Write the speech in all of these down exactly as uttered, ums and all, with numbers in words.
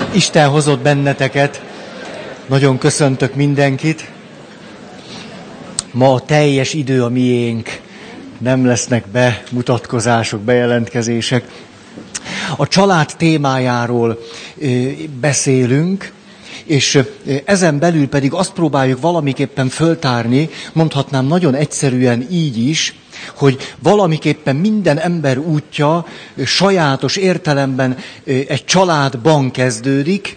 Isten hozott benneteket. Nagyon köszöntök mindenkit. Ma a teljes idő a miénk. Nem lesznek bemutatkozások, bejelentkezések. A család témájáról beszélünk, és ezen belül pedig azt próbáljuk valamiképpen föltárni, mondhatnám nagyon egyszerűen így is, hogy valamiképpen minden ember útja sajátos értelemben egy családban kezdődik,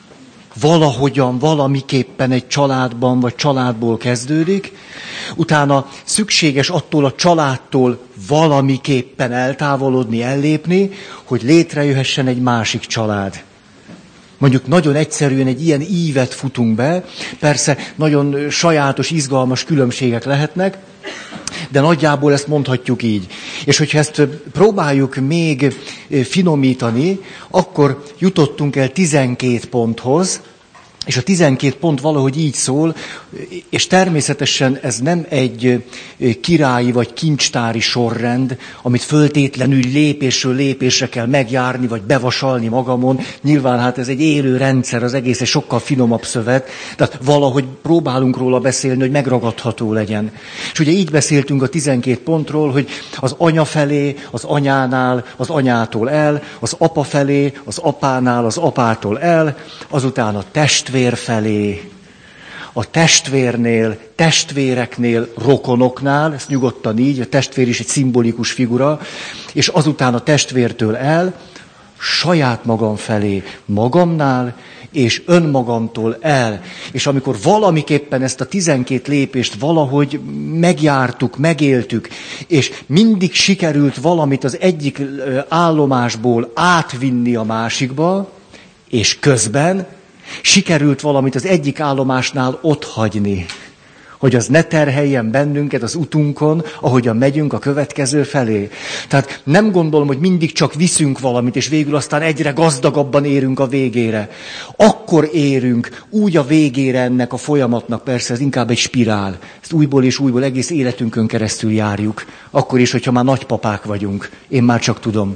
valahogyan, valamiképpen egy családban vagy családból kezdődik, utána szükséges attól a családtól valamiképpen eltávolodni, ellépni, hogy létrejöhessen egy másik család. Mondjuk nagyon egyszerűen egy ilyen ívet futunk be, persze nagyon sajátos, izgalmas különbségek lehetnek, de nagyjából ezt mondhatjuk így. És hogyha ezt próbáljuk még finomítani, akkor jutottunk el tizenkét ponthoz, és a tizenkét pont valahogy így szól, és természetesen ez nem egy királyi vagy kincstári sorrend, amit föltétlenül lépésről lépésre kell megjárni, vagy bevasalni magamon. Nyilván hát ez egy élő rendszer, az egész egy sokkal finomabb szövet, tehát valahogy próbálunk róla beszélni, hogy megragadható legyen. És ugye így beszéltünk a tizenkét pontról, hogy az anya felé, az anyánál, az anyától el, az apa felé, az apánál, az apától el, azután a testvér felé, a testvérnél, testvéreknél, rokonoknál, ezt nyugodtan így, a testvér is egy szimbolikus figura, és azután a testvértől el, saját magam felé, magamnál, és önmagamtól el. És amikor valamiképpen ezt a tizenkét lépést valahogy megjártuk, megéltük, és mindig sikerült valamit az egyik állomásból átvinni a másikba, és közben sikerült valamit az egyik állomásnál otthagyni, hogy az ne terheljen bennünket az utunkon, ahogyan megyünk a következő felé. Tehát nem gondolom, hogy mindig csak viszünk valamit, és végül aztán egyre gazdagabban érünk a végére. Akkor érünk úgy a végére ennek a folyamatnak, persze ez inkább egy spirál. Ezt újból és újból egész életünkön keresztül járjuk. Akkor is, hogyha már nagypapák vagyunk. Én már csak tudom.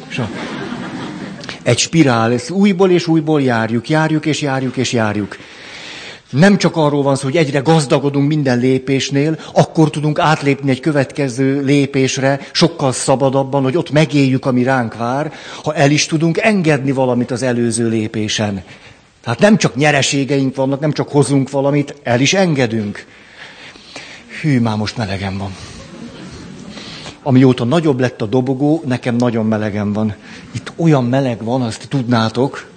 Egy spirál, ezt újból és újból járjuk, járjuk és járjuk és járjuk. Nem csak arról van szó, hogy egyre gazdagodunk minden lépésnél, akkor tudunk átlépni egy következő lépésre, sokkal szabadabban, hogy ott megéljük, ami ránk vár, ha el is tudunk engedni valamit az előző lépésen. Tehát nem csak nyereségeink vannak, nem csak hozunk valamit, el is engedünk. Hű, már most melegem van. Amióta nagyobb lett a dobogó, nekem nagyon melegem van. Itt olyan meleg van, azt tudnátok.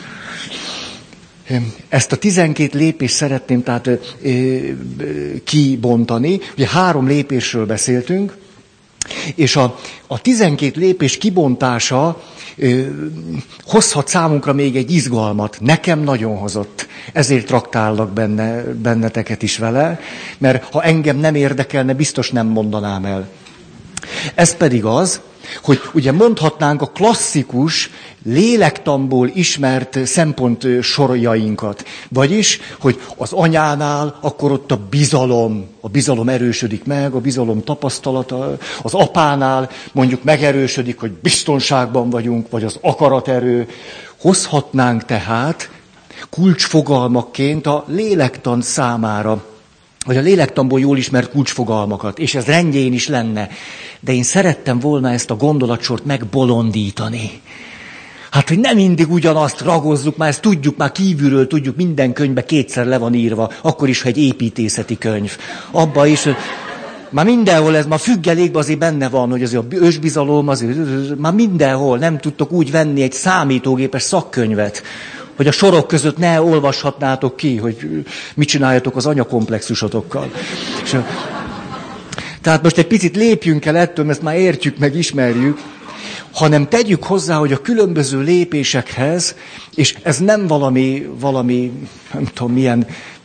Ezt a tizenkét lépést szeretném tehát ö, ö, kibontani. Ugye három lépésről beszéltünk, és a, a tizenkét lépés kibontása ö, hozhat számunkra még egy izgalmat. Nekem nagyon hozott. Ezért traktálok benne, benneteket is vele, mert ha engem nem érdekelne, biztos nem mondanám el. Ez pedig az, hogy ugye mondhatnánk a klasszikus, lélektanból ismert szempont sorjainkat. Vagyis, hogy az anyánál akkor ott a bizalom, a bizalom erősödik meg, a bizalom tapasztalata, az apánál mondjuk megerősödik, hogy biztonságban vagyunk, vagy az akaraterő. Hozhatnánk tehát kulcsfogalmakként a lélektan számára, vagy a lélektanból jól ismert kulcsfogalmakat, és ez rendjén is lenne. De én szerettem volna ezt a gondolatsort megbolondítani. Hát, hogy nem mindig ugyanazt ragozzuk, már ezt tudjuk, már kívülről tudjuk, minden könyvben kétszer le van írva, akkor is, ha egy építészeti könyv. Abba is, már mindenhol ez, már függelékben azért benne van, hogy azért a ősbizalom, azért, már mindenhol nem tudtok úgy venni egy számítógépes szakkönyvet, hogy a sorok között ne olvashatnátok ki, hogy mit csináljatok az anyakomplexusotokkal. És, tehát most egy picit lépjünk el ettől, ezt már értjük, meg ismerjük, hanem tegyük hozzá, hogy a különböző lépésekhez, és ez nem valami, valami nem tudom milyen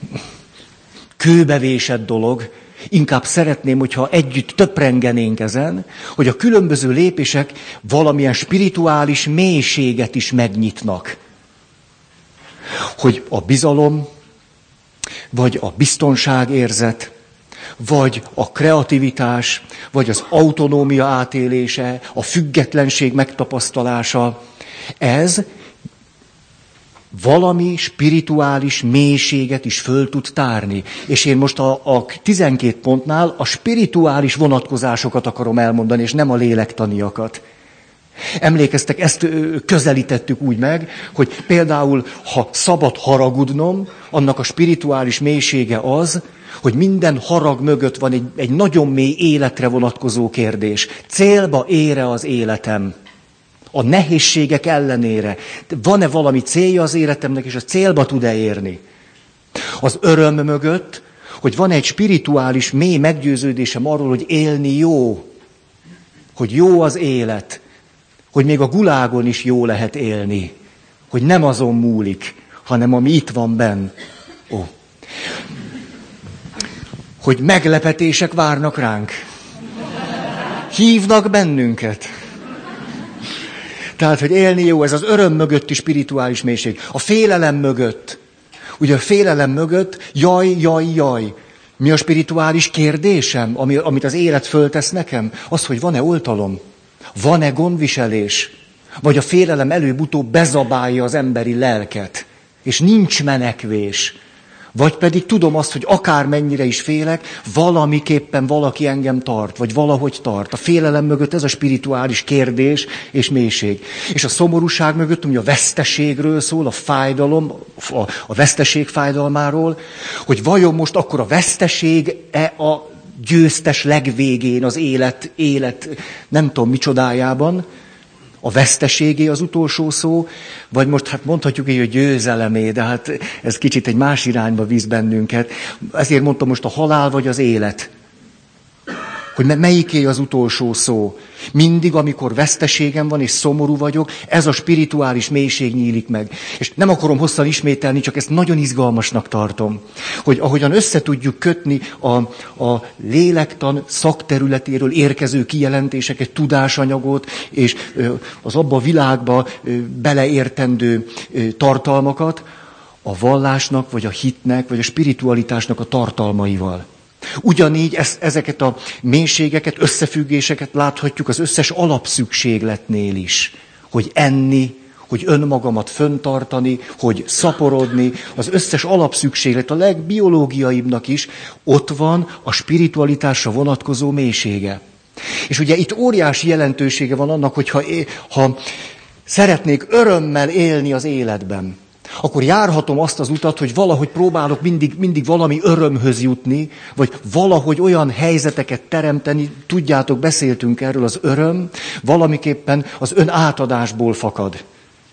kőbevésett dolog, inkább szeretném, hogyha együtt töprengenénk ezen, hogy a különböző lépések valamilyen spirituális mélységet is megnyitnak. Hogy a bizalom, vagy a biztonságérzet, vagy a kreativitás, vagy az autonómia átélése, a függetlenség megtapasztalása, ez valami spirituális mélységet is föl tud tárni. És én most a, a tizenkét pontnál a spirituális vonatkozásokat akarom elmondani, és nem a lélektaniakat. Emlékeztek, ezt közelítettük úgy meg, hogy például, ha szabad haragudnom, annak a spirituális mélysége az, hogy minden harag mögött van egy, egy nagyon mély életre vonatkozó kérdés. Célba ér-e az életem? A nehézségek ellenére. Van-e valami célja az életemnek, és a célba tud-e érni? Az öröm mögött, hogy van egy spirituális mély meggyőződésem arról, hogy élni jó. Hogy jó az élet. Hogy még a gulágon is jó lehet élni. Hogy nem azon múlik, hanem ami itt van benn. Ó. Hogy meglepetések várnak ránk. Hívnak bennünket. Tehát, hogy élni jó, ez az öröm mögötti spirituális mélység. A félelem mögött. Ugye a félelem mögött, jaj, jaj, jaj. Mi a spirituális kérdésem, ami, amit az élet föltesz nekem? Az, hogy van-e oltalom? Van-e gondviselés? Vagy a félelem előbb-utóbb bezabálja az emberi lelket, és nincs menekvés. Vagy pedig tudom azt, hogy akármennyire is félek, valamiképpen valaki engem tart, vagy valahogy tart. A félelem mögött ez a spirituális kérdés és mélység. És a szomorúság mögött, ami a veszteségről szól, a fájdalom, a, a veszteség fájdalmáról, hogy vajon most akkor a veszteség-e a győztes legvégén az élet, élet nem tudom micsodájában, a veszteségé az utolsó szó, vagy most hát mondhatjuk így, hogy győzelemé, de hát ez kicsit egy más irányba visz bennünket. Ezért mondtam most a halál vagy az élet. Hogy melyiké az utolsó szó. Mindig, amikor veszteségem van és szomorú vagyok, ez a spirituális mélység nyílik meg. És nem akarom hosszan ismételni, csak ezt nagyon izgalmasnak tartom. Hogy ahogyan össze tudjuk kötni a, a lélektan szakterületéről érkező kijelentéseket, tudásanyagot, és az abba a világba beleértendő tartalmakat, a vallásnak, vagy a hitnek, vagy a spiritualitásnak a tartalmaival. Ugyanígy ezt, ezeket a mélységeket, összefüggéseket láthatjuk az összes alapszükségletnél is. Hogy enni, hogy önmagamat föntartani, hogy szaporodni, az összes alapszükséglet, a legbiológiaibbnak is ott van a spiritualitásra vonatkozó mélysége. És ugye itt óriási jelentősége van annak, hogyha ha szeretnék örömmel élni az életben, akkor járhatom azt az utat, hogy valahogy próbálok mindig, mindig valami örömhöz jutni, vagy valahogy olyan helyzeteket teremteni, tudjátok, beszéltünk erről, az öröm valamiképpen az ön átadásból fakad.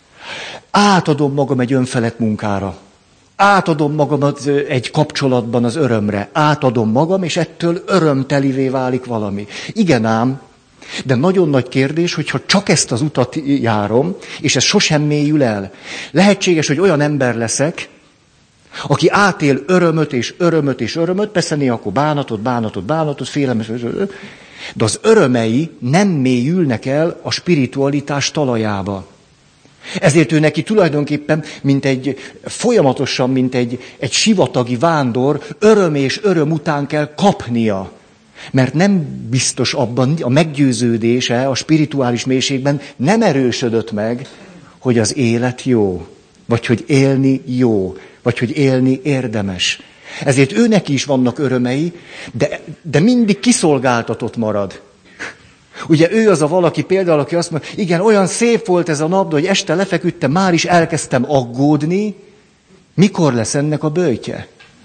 Átadom magam egy önfelett munkára. Átadom magam egy kapcsolatban az örömre. Átadom magam, és ettől örömtelivé válik valami. Igen ám, de nagyon nagy kérdés, hogyha csak ezt az utat járom, és ez sosem mélyül el. Lehetséges, hogy olyan ember leszek, aki átél örömöt és örömöt és örömöt, persze néha akkor bánatot, bánatot, bánatot, félelmet, de az örömei nem mélyülnek el a spiritualitás talajába. Ezért ő neki tulajdonképpen, mint egy, folyamatosan, mint egy, egy sivatagi vándor, öröm és öröm után kell kapnia. Mert nem biztos abban, a meggyőződése a spirituális mélységben nem erősödött meg, hogy az élet jó, vagy hogy élni jó, vagy hogy élni érdemes. Ezért őnek is vannak örömei, de, de mindig kiszolgáltatott marad. Ugye ő az a valaki például, aki azt mondja, igen, olyan szép volt ez a nap, de hogy este lefeküdtem, már is elkezdtem aggódni, mikor lesz ennek a böjtje?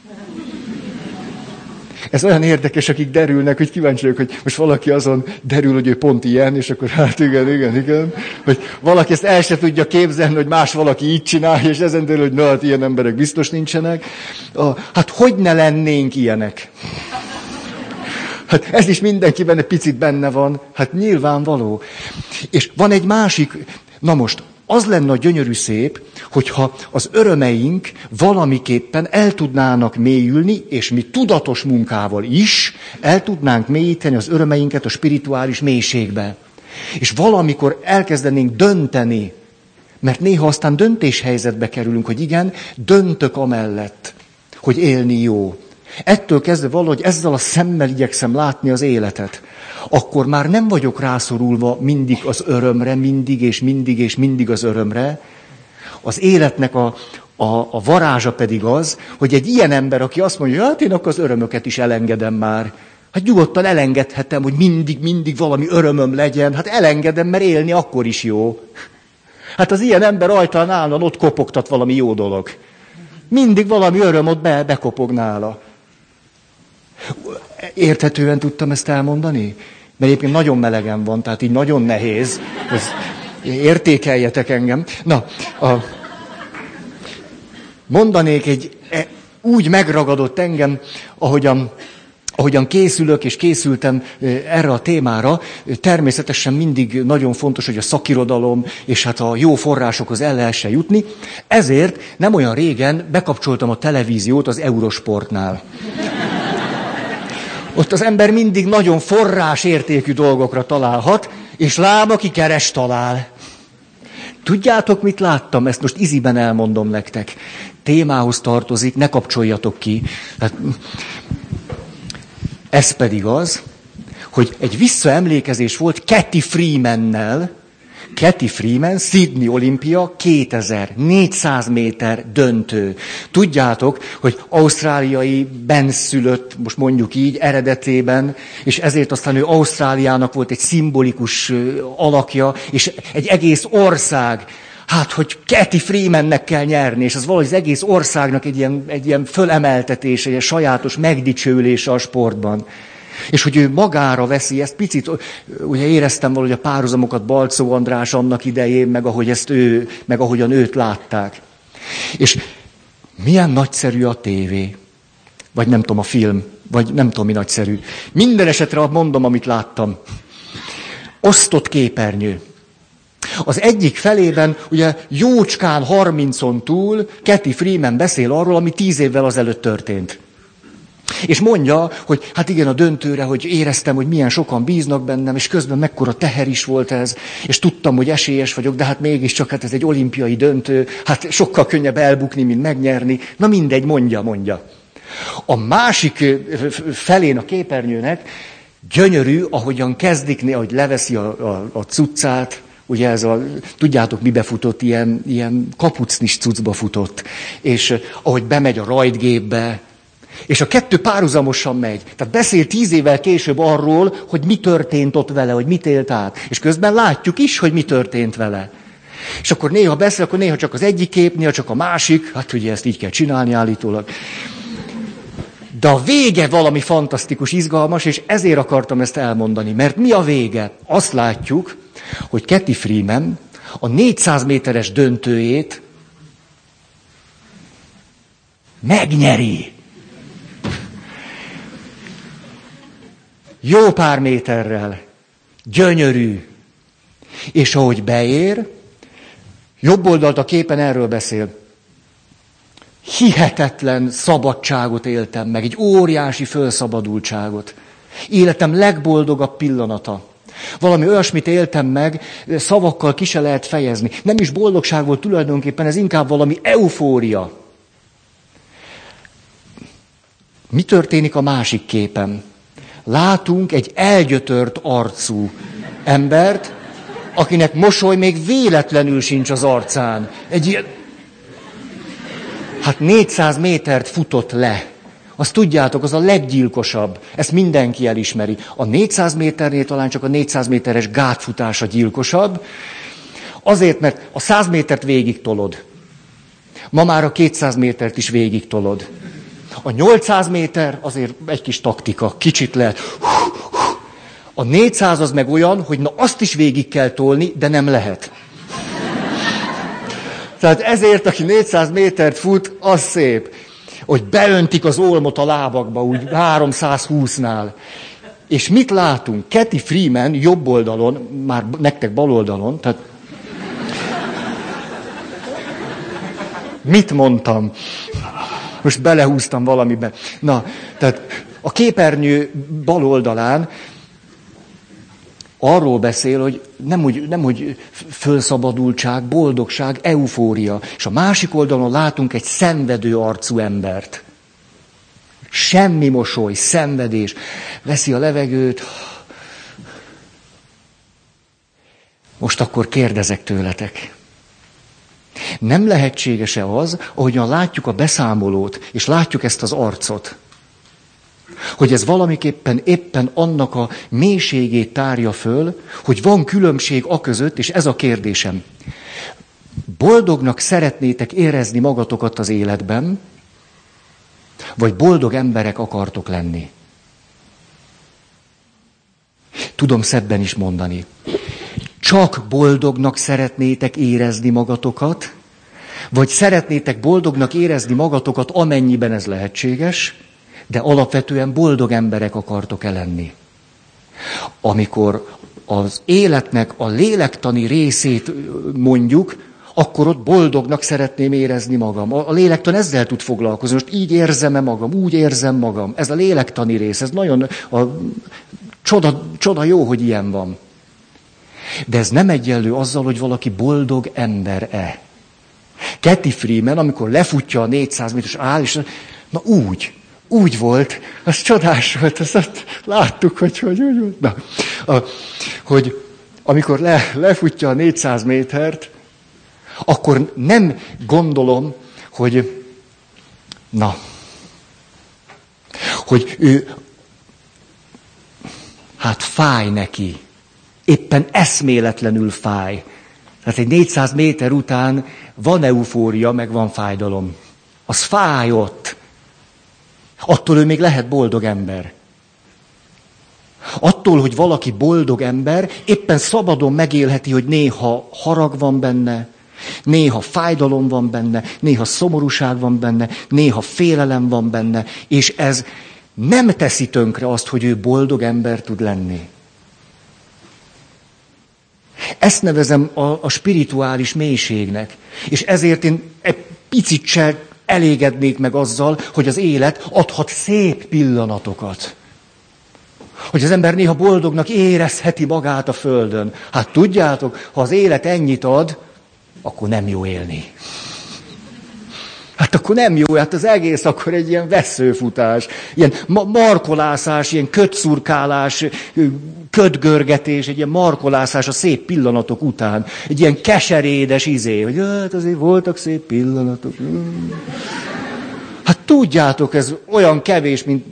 Ez olyan érdekes, akik derülnek, hogy kíváncsi vagyok, hogy most valaki azon derül, hogy ő pont ilyen, és akkor hát igen, igen, igen. Hogy valaki ezt el se tudja képzelni, hogy más valaki így csinálja, és ezen derül, hogy na, hát ilyen emberek biztos nincsenek. Hát hogy ne lennénk ilyenek? Hát ez is mindenkiben egy picit benne van, hát nyilvánvaló. És van egy másik, na most, az lenne a gyönyörű szép, hogyha az örömeink valamiképpen el tudnának mélyülni, és mi tudatos munkával is el tudnánk mélyíteni az örömeinket a spirituális mélységbe. És valamikor elkezdenénk dönteni, mert néha aztán döntéshelyzetbe kerülünk, hogy igen, döntök amellett, hogy élni jó. Ettől kezdve valahogy ezzel a szemmel igyekszem látni az életet. Akkor már nem vagyok rászorulva mindig az örömre, mindig és mindig és mindig az örömre. az életnek a, a, a varázsa pedig az, hogy egy ilyen ember, aki azt mondja, hát én akkor az örömöket is elengedem már. Hát nyugodtan elengedhetem, hogy mindig, mindig valami örömöm legyen. Hát elengedem, mert élni akkor is jó. Hát az ilyen ember ajtán állandóan ott kopogtat valami jó dolog. Mindig valami öröm ott be, bekopog nála. Érthetően tudtam ezt elmondani? Mert egyébként nagyon melegen van, tehát így nagyon nehéz. Ez, értékeljetek engem. Na, a, mondanék egy, úgy megragadott engem, ahogyan, ahogyan készülök és készültem erre a témára, természetesen mindig nagyon fontos, hogy a szakirodalom és hát a jó forrásokhoz el lehessen jutni. Ezért nem olyan régen bekapcsoltam a televíziót az Eurosportnál. Ott az ember mindig nagyon forrásértékű dolgokra találhat, és lám, aki keres, talál. Tudjátok, mit láttam? Ezt most iziben elmondom nektek. Témához tartozik, ne kapcsoljatok ki. Hát, ez pedig az, hogy egy visszaemlékezés volt Cathy Freemannel. Cathy Freeman, Sydney olimpia, kétezer, négyszáz méter döntő. Tudjátok, hogy ausztráliai bennszülött, most mondjuk így, eredetében, és ezért aztán ő Ausztráliának volt egy szimbolikus alakja, és egy egész ország, hát, hogy Cathy Freemannek kell nyerni, és az valahogy az egész országnak egy ilyen, egy ilyen fölemeltetése, egy ilyen sajátos megdicsőülése a sportban. És hogy ő magára veszi ezt, picit, ugye éreztem valahogy a párhuzamokat Balczó András annak idején, meg ahogy ezt ő, meg ahogyan őt látták. És milyen nagyszerű a tévé, vagy nem tudom, a film, vagy nem tudom, mi nagyszerű. Minden esetre mondom, amit láttam. Osztott képernyő. Az egyik felében, ugye jócskán harmincon túl Cathy Freeman beszél arról, ami tíz évvel azelőtt történt. És mondja, hogy hát igen, a döntőre, hogy éreztem, hogy milyen sokan bíznak bennem, és közben mekkora teher is volt ez, és tudtam, hogy esélyes vagyok, de hát mégiscsak hát ez egy olimpiai döntő, hát sokkal könnyebb elbukni, mint megnyerni. Na mindegy, mondja, mondja. A másik felén a képernyőnek gyönyörű, ahogyan kezdik, ahogy leveszi a, a, a cuccát, ugye ez a, tudjátok, mibe futott, ilyen, ilyen kapucnis cuccba futott, és ahogy bemegy a rajtgépbe, és a kettő párhuzamosan megy. Tehát beszél tíz évvel később arról, hogy mi történt ott vele, hogy mit élt át. És közben látjuk is, hogy mi történt vele. És akkor néha beszél, akkor néha csak az egyik kép, néha csak a másik. Hát ugye ezt így kell csinálni állítólag. De a vége valami fantasztikus, izgalmas, és ezért akartam ezt elmondani. Mert mi a vége? Azt látjuk, hogy Cathy Freeman a négyszáz méteres döntőjét megnyeri. Jó pár méterrel. Gyönyörű. És ahogy beér, jobb oldalt a képen erről beszél. Hihetetlen szabadságot éltem meg, egy óriási fölszabadultságot. Életem legboldogabb pillanata. Valami olyasmit éltem meg, szavakkal ki se lehet fejezni. Nem is boldogság volt tulajdonképpen, ez inkább valami eufória. Mi történik a másik képen? Látunk egy elgyötört arcú embert, akinek mosoly még véletlenül sincs az arcán. Egy ilyen... Hát négyszáz métert futott le. Azt tudjátok, az a leggyilkosabb. Ezt mindenki elismeri. A négyszáz méternél talán csak a négyszáz méteres gátfutás a gyilkosabb. Azért, mert a száz métert végig tolod. Ma már a kétszáz métert is végig tolod. A nyolcszáz méter azért egy kis taktika, kicsit lehet. A négyszáz az meg olyan, hogy na azt is végig kell tolni, de nem lehet. Tehát ezért, aki négyszáz métert fut, az szép. Hogy beöntik az olmot a lábakba, úgy háromszázhúsznál. És mit látunk? Cathy Freeman jobb oldalon, már nektek bal oldalon, tehát... Mit mondtam? Most belehúztam valamiben. Na, tehát a képernyő bal oldalán arról beszél, hogy nem úgy, nem úgy fölszabadultság, boldogság, eufória. És a másik oldalon látunk egy szenvedő arcú embert. Semmi mosoly, szenvedés. Veszi a levegőt. Most akkor kérdezek tőletek. Nem lehetséges-e az, ahogyan látjuk a beszámolót, és látjuk ezt az arcot, hogy ez valamiképpen éppen annak a mélységét tárja föl, hogy van különbség aközött, és ez a kérdésem. Boldognak szeretnétek érezni magatokat az életben, vagy boldog emberek akartok lenni? Tudom szebben is mondani. Csak boldognak szeretnétek érezni magatokat, vagy szeretnétek boldognak érezni magatokat, amennyiben ez lehetséges, de alapvetően boldog emberek akartok-e lenni. Amikor az életnek a lélektani részét mondjuk, akkor ott boldognak szeretném érezni magam. A lélektan ezzel tud foglalkozni. Most így érzem-e magam, úgy érzem magam. Ez a lélektani rész, ez nagyon a, csoda, csoda jó, hogy ilyen van. De ez nem egyenlő azzal, hogy valaki boldog ember-e. Cathy Freeman, amikor lefutja a négyszáz méteres áll, és na úgy, úgy volt, az csodás volt, azt, azt láttuk, hogy hogy úgy volt. Na, a, hogy amikor le, lefutja a négyszáz métert, akkor nem gondolom, hogy na, hogy ő, hát fáj neki, éppen eszméletlenül fáj. Tehát egy négyszáz méter után van eufória, meg van fájdalom. Az fáj ott. Attól ő még lehet boldog ember. Attól, hogy valaki boldog ember, éppen szabadon megélheti, hogy néha harag van benne, néha fájdalom van benne, néha szomorúság van benne, néha félelem van benne, és ez nem teszi tönkre azt, hogy ő boldog ember tud lenni. Ezt nevezem a, a spirituális mélységnek. És ezért én egy picit se elégednék meg azzal, hogy az élet adhat szép pillanatokat. Hogy az ember néha boldognak érezheti magát a földön. Hát tudjátok, ha az élet ennyit ad, akkor nem jó élni. Hát akkor nem jó, hát az egész akkor egy ilyen veszőfutás, ilyen ma- markolászás, ilyen kötszurkálás, kötgörgetés, egy ilyen markolászás a szép pillanatok után. Egy ilyen keserédes izé, hogy hát azért voltak szép pillanatok. Hát tudjátok, ez olyan kevés, mint...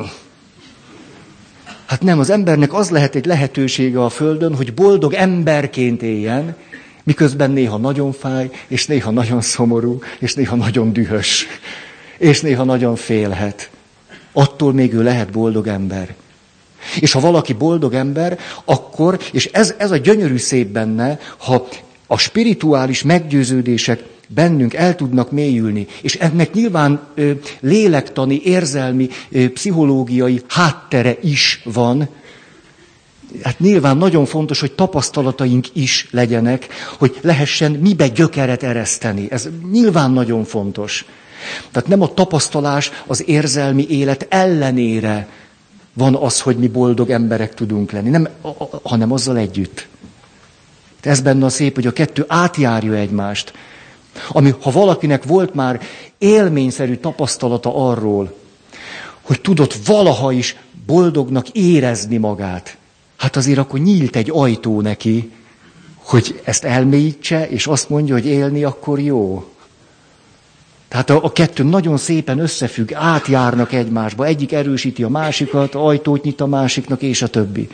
Hát nem, az embernek az lehet egy lehetősége a Földön, hogy boldog emberként éljen, miközben néha nagyon fáj, és néha nagyon szomorú, és néha nagyon dühös, és néha nagyon félhet. Attól még ő lehet boldog ember. És ha valaki boldog ember, akkor, és ez, ez a gyönyörű szép benne, ha a spirituális meggyőződések bennünk el tudnak mélyülni, és ennek nyilván ö, lélektani, érzelmi, ö, pszichológiai háttere is van. Hát nyilván nagyon fontos, hogy tapasztalataink is legyenek, hogy lehessen mibe gyökeret ereszteni. Ez nyilván nagyon fontos. Tehát nem a tapasztalás az érzelmi élet ellenére van az, hogy mi boldog emberek tudunk lenni, nem, hanem azzal együtt. Ez benne a szép, hogy a kettő átjárja egymást. Ami, ha valakinek volt már élményszerű tapasztalata arról, hogy tudott valaha is boldognak érezni magát, hát azért akkor nyílt egy ajtó neki, hogy ezt elmélyítse, és azt mondja, hogy élni akkor jó. Tehát a, a kettő nagyon szépen összefügg, átjárnak egymásba, egyik erősíti a másikat, ajtót nyit a másiknak, és a többi.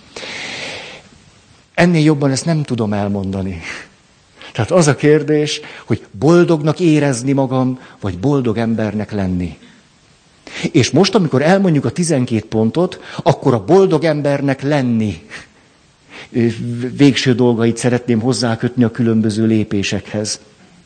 Ennél jobban ezt nem tudom elmondani. Tehát az a kérdés, hogy boldognak érezni magam, vagy boldog embernek lenni. És most, amikor elmondjuk a tizenkét pontot, akkor a boldog embernek lenni végső dolgait szeretném hozzákötni a különböző lépésekhez.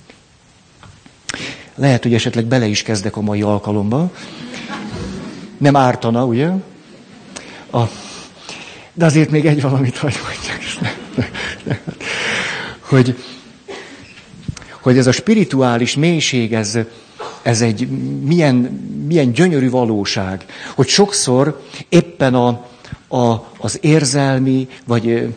Lehet, hogy esetleg bele is kezdek a mai alkalomba. Nem ártana, ugye? A... De azért még egy valamit hagy mondjak. Hogy, hogy ez a spirituális mélység, ez, ez egy milyen, milyen gyönyörű valóság. Hogy sokszor éppen a, a, az érzelmi, vagy,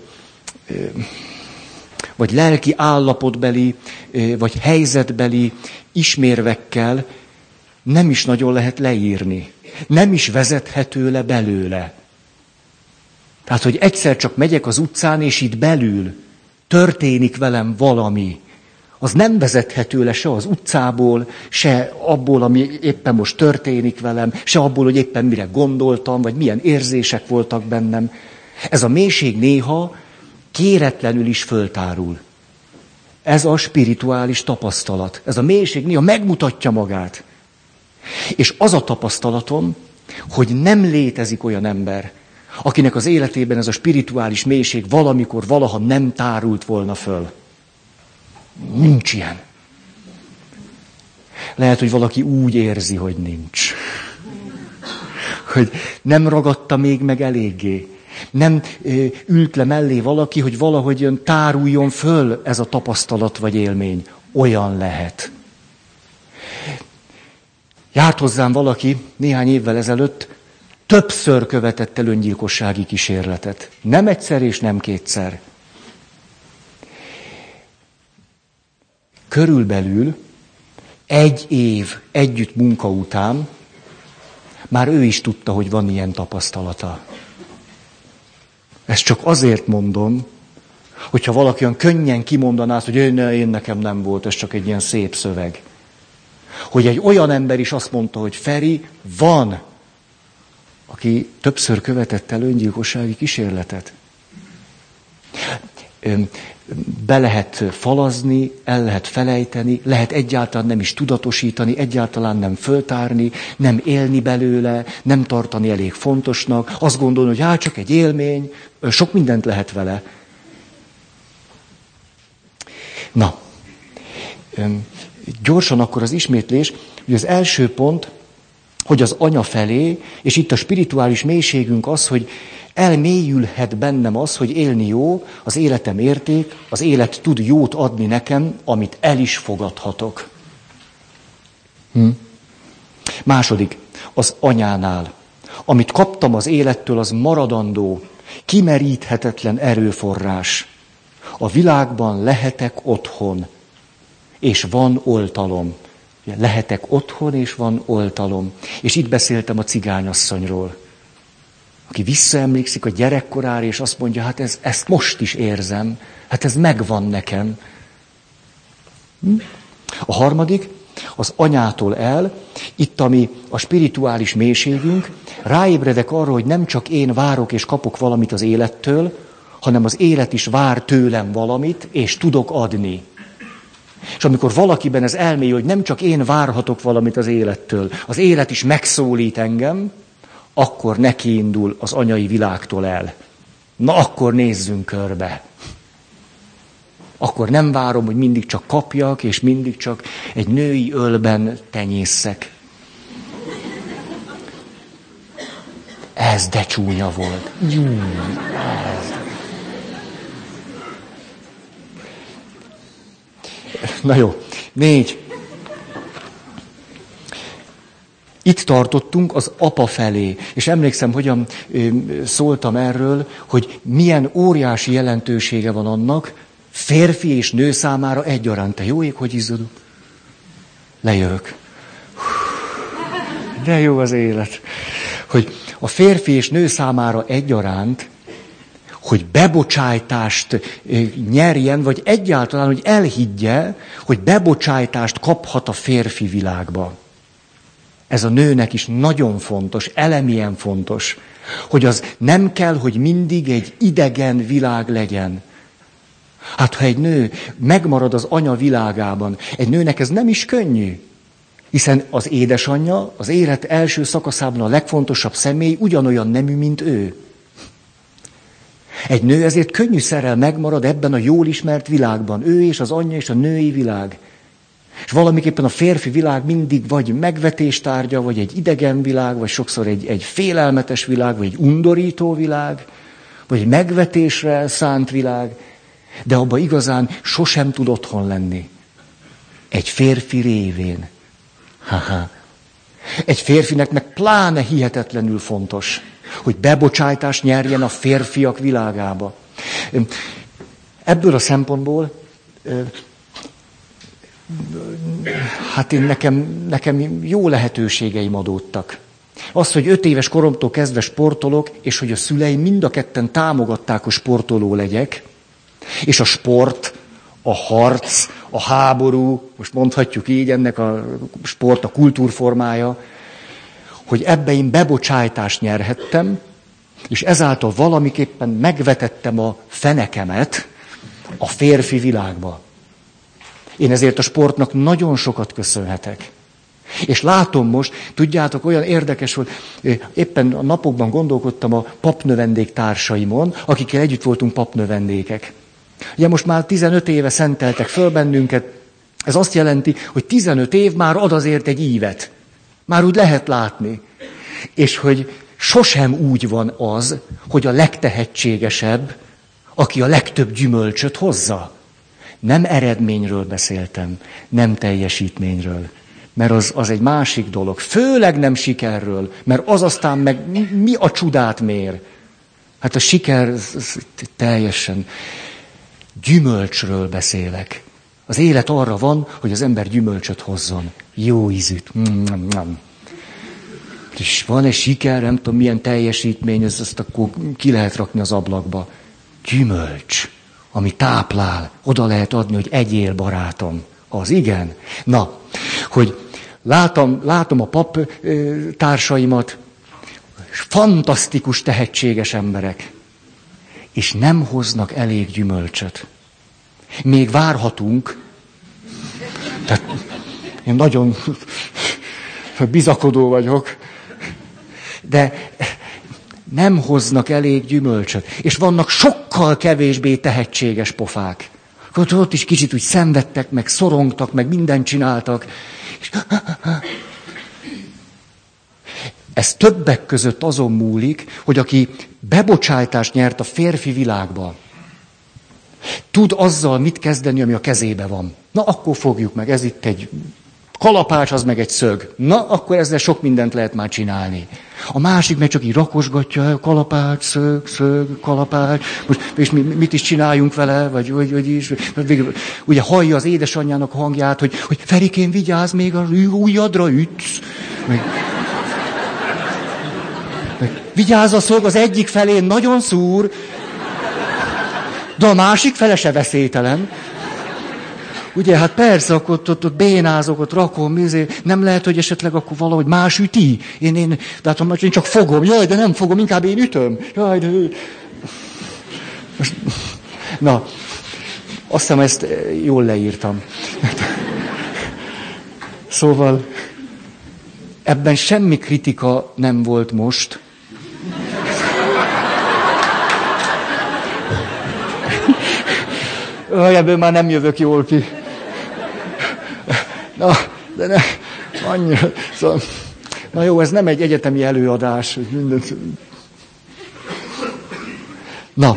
vagy lelki állapotbeli, vagy helyzetbeli ismérvekkel nem is nagyon lehet leírni. Nem is vezethető le belőle. Tehát, hogy egyszer csak megyek az utcán, és itt belül történik velem valami, az nem vezethető le se az utcából, se abból, ami éppen most történik velem, se abból, hogy éppen mire gondoltam, vagy milyen érzések voltak bennem. Ez a mélység néha kéretlenül is föltárul. Ez a spirituális tapasztalat. Ez a mélység néha megmutatja magát. És az a tapasztalatom, hogy nem létezik olyan ember, akinek az életében ez a spirituális mélység valamikor, valaha nem tárult volna föl. Nincs ilyen. Lehet, hogy valaki úgy érzi, hogy nincs. Hogy nem ragadta még meg eléggé. Nem ö, ült le mellé valaki, hogy valahogy táruljon föl ez a tapasztalat vagy élmény. Olyan lehet. Járt hozzám valaki néhány évvel ezelőtt, többször követett el öngyilkossági kísérletet. Nem egyszer és nem kétszer. Körülbelül egy év együtt munka után már ő is tudta, hogy van ilyen tapasztalata. Ezt csak azért mondom, hogyha valaki olyan könnyen kimondaná, hogy én, én nekem nem volt, ez csak egy ilyen szép szöveg. Hogy egy olyan ember is azt mondta, hogy Feri, van, aki többször követett el öngyilkossági kísérletet. Be lehet falazni, el lehet felejteni, lehet egyáltalán nem is tudatosítani, egyáltalán nem föltárni, nem élni belőle, nem tartani elég fontosnak, azt gondolni, hogy hát csak egy élmény, sok mindent lehet vele. Na, gyorsan akkor az ismétlés, hogy az első pont, hogy az anya felé, és itt a spirituális mélységünk az, hogy elmélyülhet bennem az, hogy élni jó, az életem érték, az élet tud jót adni nekem, amit el is fogadhatok. Hm. Második, az anyánál. Amit kaptam az élettől, az maradandó, kimeríthetetlen erőforrás. A világban lehetek otthon, és van oltalom. Lehetek otthon, és van oltalom. És itt beszéltem a cigányasszonyról, aki visszaemlékszik a gyerekkorára, és azt mondja, hát ez, ezt most is érzem, hát ez megvan nekem. Hm? A harmadik, az anyától el, itt ami a spirituális mélységünk, ráébredek arra, hogy nem csak én várok és kapok valamit az élettől, hanem az élet is vár tőlem valamit, és tudok adni. És amikor valakiben ez elmélyül, hogy nem csak én várhatok valamit az élettől, az élet is megszólít engem, akkor neki indul az anyai világtól el. Na akkor nézzünk körbe. Akkor nem várom, hogy mindig csak kapjak, és mindig csak egy női ölben tenyészek. Ez de csúnya volt. Ez. Na jó, négy. Itt tartottunk az apa felé, és emlékszem, hogyan szóltam erről, hogy milyen óriási jelentősége van annak, férfi és nő számára egyaránt. Te jó ég, hogy izzadok? Lejövök. De jó az élet. Hogy a férfi és nő számára egyaránt, hogy bebocsájtást nyerjen, vagy egyáltalán, hogy elhiggye, hogy bebocsájtást kaphat a férfi világba. Ez a nőnek is nagyon fontos, elemien fontos, hogy az nem kell, hogy mindig egy idegen világ legyen. Hát ha egy nő megmarad az anya világában, egy nőnek ez nem is könnyű, hiszen az édesanyja az élet első szakaszában a legfontosabb személy ugyanolyan nemű, mint ő. Egy nő ezért könnyűszerrel megmarad ebben a jól ismert világban, ő és az anyja és a női világ. És valamiképpen a férfi világ mindig vagy megvetéstárgya, vagy egy idegen világ, vagy sokszor egy, egy félelmetes világ, vagy egy undorító világ, vagy egy megvetésre szánt világ, de abban igazán sosem tud otthon lenni. Egy férfi révén. Haha. Egy férfinek meg pláne hihetetlenül fontos, hogy bebocsájtást nyerjen a férfiak világába. Ebből a szempontból, hát én nekem, nekem jó lehetőségeim adódtak. Az, hogy öt éves koromtól kezdve sportolok, és hogy a szüleim mind a ketten támogatták, hogy sportoló legyek, és a sport, a harc, a háború, most mondhatjuk így, ennek a sport a kultúrformája, hogy ebbe én bebocsájtást nyerhettem, és ezáltal valamiképpen megvetettem a fenekemet a férfi világba. Én ezért a sportnak nagyon sokat köszönhetek. És látom most, tudjátok, olyan érdekes volt, éppen a napokban gondolkodtam a papnövendék társaimon, akikkel együtt voltunk papnövendékek. Ugye most már tizenöt éve szenteltek föl bennünket, ez azt jelenti, hogy tizenöt év már ad azért egy ívet. Már úgy lehet látni. És hogy sosem úgy van az, hogy a legtehetségesebb, aki a legtöbb gyümölcsöt hozza. Nem eredményről beszéltem, nem teljesítményről. Mert az, az egy másik dolog. Főleg nem sikerről, mert az aztán meg mi a csodát mér. Hát a siker az, az teljesen gyümölcsről beszélek. Az élet arra van, hogy az ember gyümölcsöt hozzon. Jó ízűt. És van egy siker, nem tudom milyen teljesítmény, ezt, ezt akkor ki lehet rakni az ablakba. Gyümölcs, ami táplál, oda lehet adni, hogy egyél, barátom. Az igen. Na, hogy látom, látom a pap társaimat, fantasztikus, tehetséges emberek, és nem hoznak elég gyümölcsöt. Még várhatunk, tehát én nagyon bizakodó vagyok, de nem hoznak elég gyümölcsöt. És vannak sokkal kevésbé tehetséges pofák. Ott is kicsit úgy szenvedtek, meg szorongtak, meg mindent csináltak. És... Ez többek között azon múlik, hogy aki bebocsájtást nyert a férfi világba, tud azzal mit kezdeni, ami a kezébe van. Na, akkor fogjuk meg, ez itt egy kalapács, az meg egy szög. Na, akkor ezzel sok mindent lehet már csinálni. A másik meg csak így rakosgatja, kalapács, szög, szög, kalapács, most, és mi, mit is csináljunk vele, vagy hogy, hogy is. Ugye hallja az édesanyjának hangját, hogy, hogy Ferikém, vigyázz, még az ujjadra ütsz. Meg, meg, vigyázz, a szög az egyik felén nagyon szúr, de a másik fele se veszélytelen. Ugye, hát persze, akkor ott, ott, ott bénázok, ott rakom, ezért nem lehet, hogy esetleg akkor valahogy más üti. Én, én, de hát én csak fogom, jaj, de nem fogom, inkább én ütöm. Jaj, de... Most, na, azt hiszem, ezt jól leírtam. Szóval, ebben semmi kritika nem volt most. Jaj, ebből már nem jövök jól ki. Na, de ne, annyira, szóval, na jó, ez nem egy egyetemi előadás. Mindent. Na,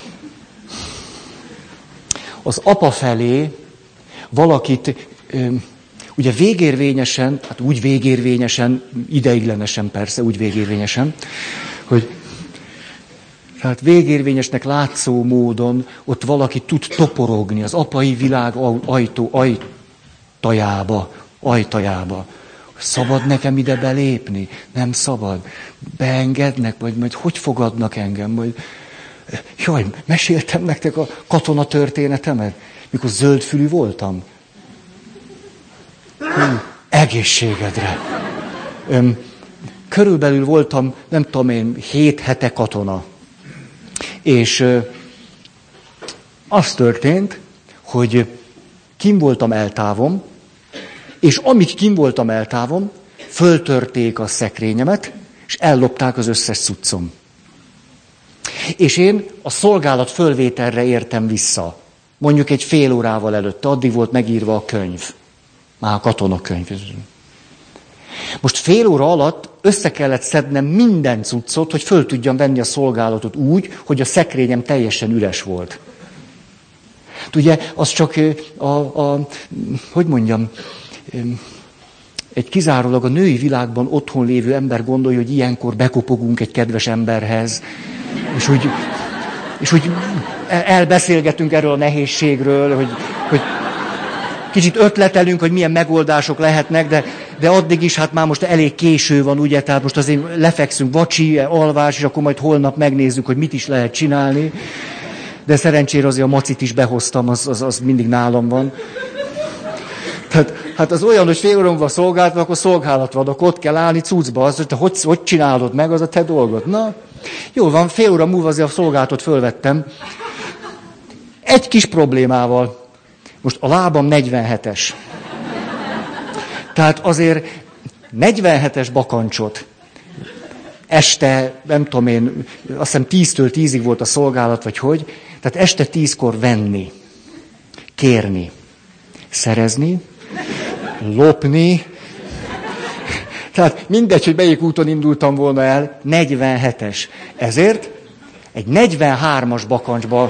az apa felé valakit, ugye végérvényesen, hát úgy végérvényesen, ideiglenesen persze, úgy végérvényesen, hogy tehát végérvényesnek látszó módon ott valaki tud toporogni az apai világ ajtó, ajtajába, ajtajába. Szabad nekem ide belépni? Nem szabad. Beengednek, vagy majd hogy fogadnak engem? Majd... Jaj, meséltem nektek a katona történetemet, mikor zöldfülű voltam. Hú, egészségedre. Öm, körülbelül voltam, nem tudom én, hét hete katona. És ö, az történt, hogy kim voltam eltávon, és amíg kim voltam eltávon, föltörték a szekrényemet, és ellopták az összes cuccom. És én a szolgálat fölvételre értem vissza. Mondjuk egy fél órával előtte, addig volt megírva a könyv. Már a katonakönyv. Most fél óra alatt össze kellett szednem minden cuccot, hogy föl tudjam venni a szolgálatot úgy, hogy a szekrényem teljesen üres volt. Ugye, az csak a, a hogy mondjam, egy kizárólag a női világban otthon lévő ember gondolja, hogy ilyenkor bekopogunk egy kedves emberhez, és úgy, és úgy elbeszélgetünk erről a nehézségről, hogy, hogy kicsit ötletelünk, hogy milyen megoldások lehetnek, de, de addig is hát már most elég késő van, ugye, tehát most azért lefekszünk, vacsi, alvás, és akkor majd holnap megnézzük, hogy mit is lehet csinálni. De szerencsére azért a macit is behoztam, az, az, az mindig nálam van. Tehát, hát az olyan, hogy fél óra múlva szolgált, akkor szolgálat van, akkor ott kell állni cuccba, az, hogy te hogy, hogy csinálod meg, az a te dolgod. Na, jól van, fél óra múlva azért a szolgálatot fölvettem. Egy kis problémával. Most a lábam negyvenhetes. Tehát azért negyvenhetes bakancsot este, nem tudom én, azt hiszem tíztől tízig volt a szolgálat, vagy hogy, tehát este tízkor venni, kérni, szerezni, lopni, tehát mindegy, hogy melyik úton indultam volna el, negyvenhetes. Ezért egy negyvenhármas bakancsba,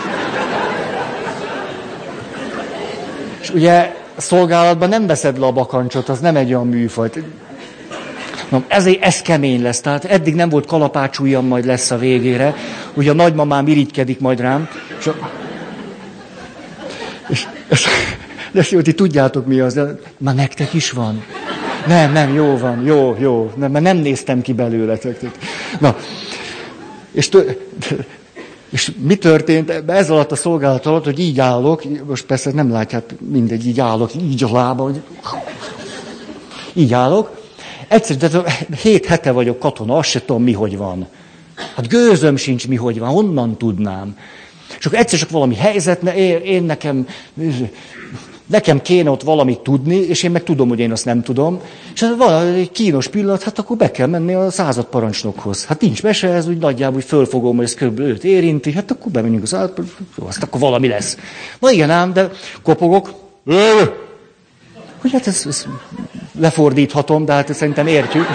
és ugye a szolgálatban nem veszed le a bakancsot, az nem egy olyan műfaj. Na, ezért ez kemény lesz, tehát eddig nem volt kalapácsujjam, majd lesz a végére. Ugye a nagymamám irigykedik majd rám. És, a... és, és, és jó, ti tudjátok mi az, de már nektek is van. Nem, nem, jó van, jó, jó, nem, mert nem néztem ki belőletek. Na, és, tő, és mi történt ez alatt a szolgálat alatt, hogy így állok, most persze nem látják, mindegy, így állok, így a lába, hogy így állok. Egyszerűen, tehát hét hete vagyok katona, azt se tudom, mi hogy van. Hát gőzöm sincs, mi hogy van, honnan tudnám. És akkor egyszer csak valami helyzet, mert én, én nekem, nekem kéne ott valamit tudni, és én meg tudom, hogy én azt nem tudom. És ez valami egy kínos pillanat, hát akkor be kell menni a századparancsnokhoz. Hát nincs mese, ez úgy nagyjából, hogy fölfogom, hogy ez körülbelül őt érinti, hát akkor bemegyünk a századparancsnokhoz, azt akkor valami lesz. Na igen ám, de kopogok. Hogy hát ez, ez lefordíthatom, de hát szerintem értjük.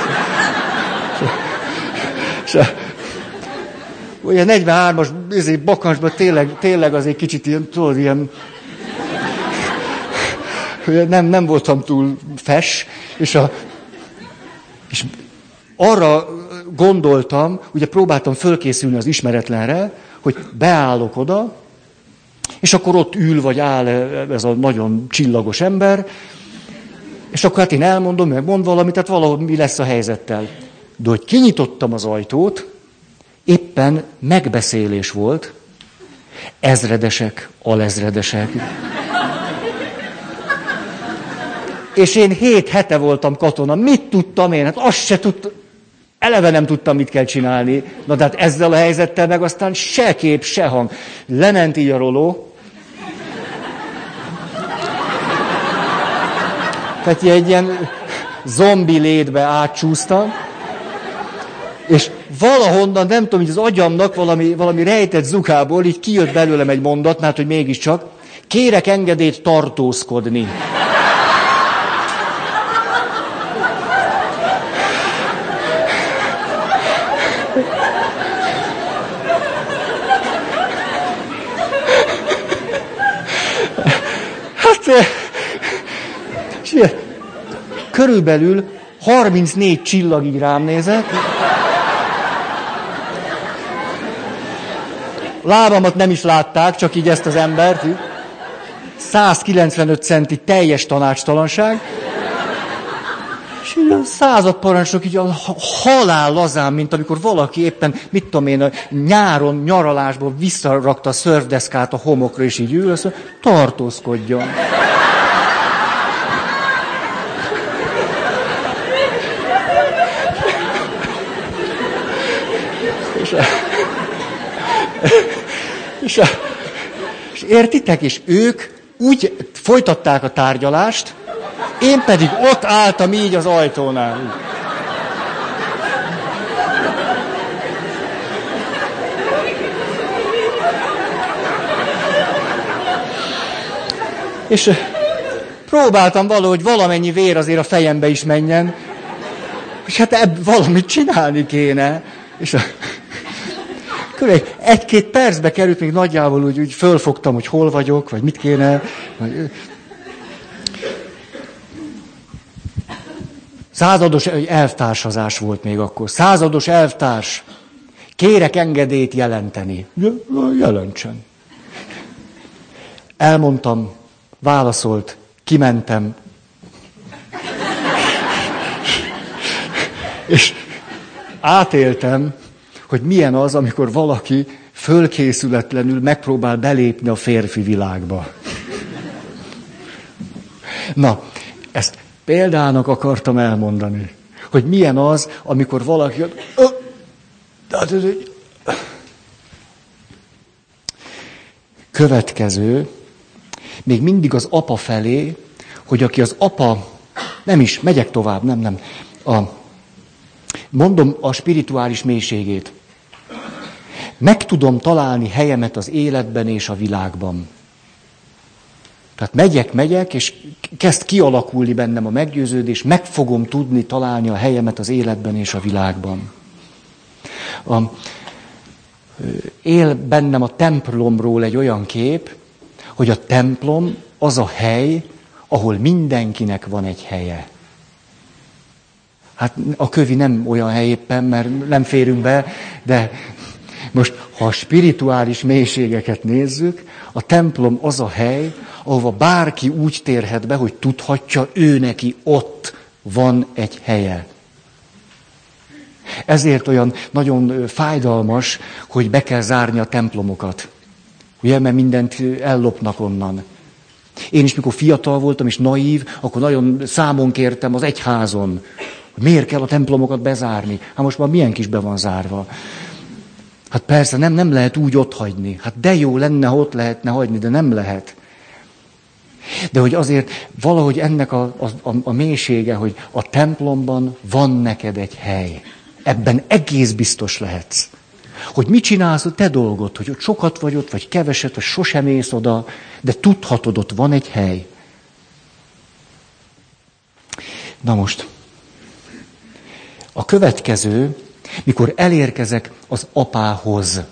És, és, ugye negyvenhármas bakancsban tényleg, tényleg az egy kicsit ilyen, tudod, ilyen, nem, nem voltam túl fes, és, a, és arra gondoltam, ugye próbáltam fölkészülni az ismeretlenre, hogy beállok oda, és akkor ott ül, vagy áll ez a nagyon csillagos ember, és akkor hát én elmondom, meg mond valamit, tehát valahogy mi lesz a helyzettel. De hogy kinyitottam az ajtót, éppen megbeszélés volt, ezredesek, alezredesek. És én hét hete voltam katona, mit tudtam én? Hát azt se tudtam, eleve nem tudtam, mit kell csinálni. Na de hát ezzel a helyzettel meg aztán se kép, se hang. Lement így a roló, tehát egy ilyen zombi létbe átcsúsztam, és valahonnan, nem tudom, hogy az agyamnak valami, valami rejtett zukából így kijött belőlem egy mondat, mert hogy mégiscsak, kérek engedélyt tartózkodni. Hát... körülbelül harmincnégy csillag így rám nézett. Lábamat nem is látták, csak így ezt az embert. százkilencvenöt centi teljes tanácstalanság. És így a századparancsnok így a halál lazán, mint amikor valaki éppen, mit tudom én, a nyáron, nyaralásból visszarakta a szörfdeszkát a homokra, és így ül, azt mondja, tartózkodjon. És, a, és, a, és értitek, és ők úgy folytatták a tárgyalást, én pedig ott álltam így az ajtónál. És próbáltam valahogy valamennyi vér azért a fejembe is menjen, és hát ebb valamit csinálni kéne. És a, egy-két percbe került, még nagyjából úgy, úgy fölfogtam, hogy hol vagyok, vagy mit kéne. Vagy... Százados elvtársazás volt még akkor. Százados elvtárs. Kérek engedélyt jelenteni. Jelentsen. Elmondtam, válaszolt, kimentem. És átéltem, hogy milyen az, amikor valaki fölkészületlenül megpróbál belépni a férfi világba. Na, ezt példának akartam elmondani, hogy milyen az, amikor valaki... Következő, még mindig az apa felé, hogy aki az apa, nem is, megyek tovább, nem, nem. A, mondom a spirituális mélységét. Meg tudom találni helyemet az életben és a világban. Tehát megyek, megyek, és kezd kialakulni bennem a meggyőződés, meg fogom tudni találni a helyemet az életben és a világban. A, él bennem a templomról egy olyan kép, hogy a templom az a hely, ahol mindenkinek van egy helye. Hát a kövi nem olyan hely éppen, mert nem férünk be, de most, ha a spirituális mélységeket nézzük, a templom az a hely, ahova bárki úgy térhet be, hogy tudhatja, ő neki ott van egy helye. Ezért olyan nagyon fájdalmas, hogy be kell zárni a templomokat. Ugye, mert mindent ellopnak onnan. Én is, mikor fiatal voltam és naív, akkor nagyon számon kértem az egyházon, hogy miért kell a templomokat bezárni. Hát most már milyen kis be van zárva. Hát persze, nem, nem lehet úgy otthagyni. Hát de jó lenne, ha ott lehetne hagyni, de nem lehet. De hogy azért valahogy ennek a, a, a mélysége, hogy a templomban van neked egy hely. Ebben egész biztos lehetsz. Hogy mit csinálsz a te dolgod, hogy ott sokat vagy ott, vagy keveset, vagy sosem ész oda, de tudhatod, ott van egy hely. Na most, a következő, mikor elérkezek az apához.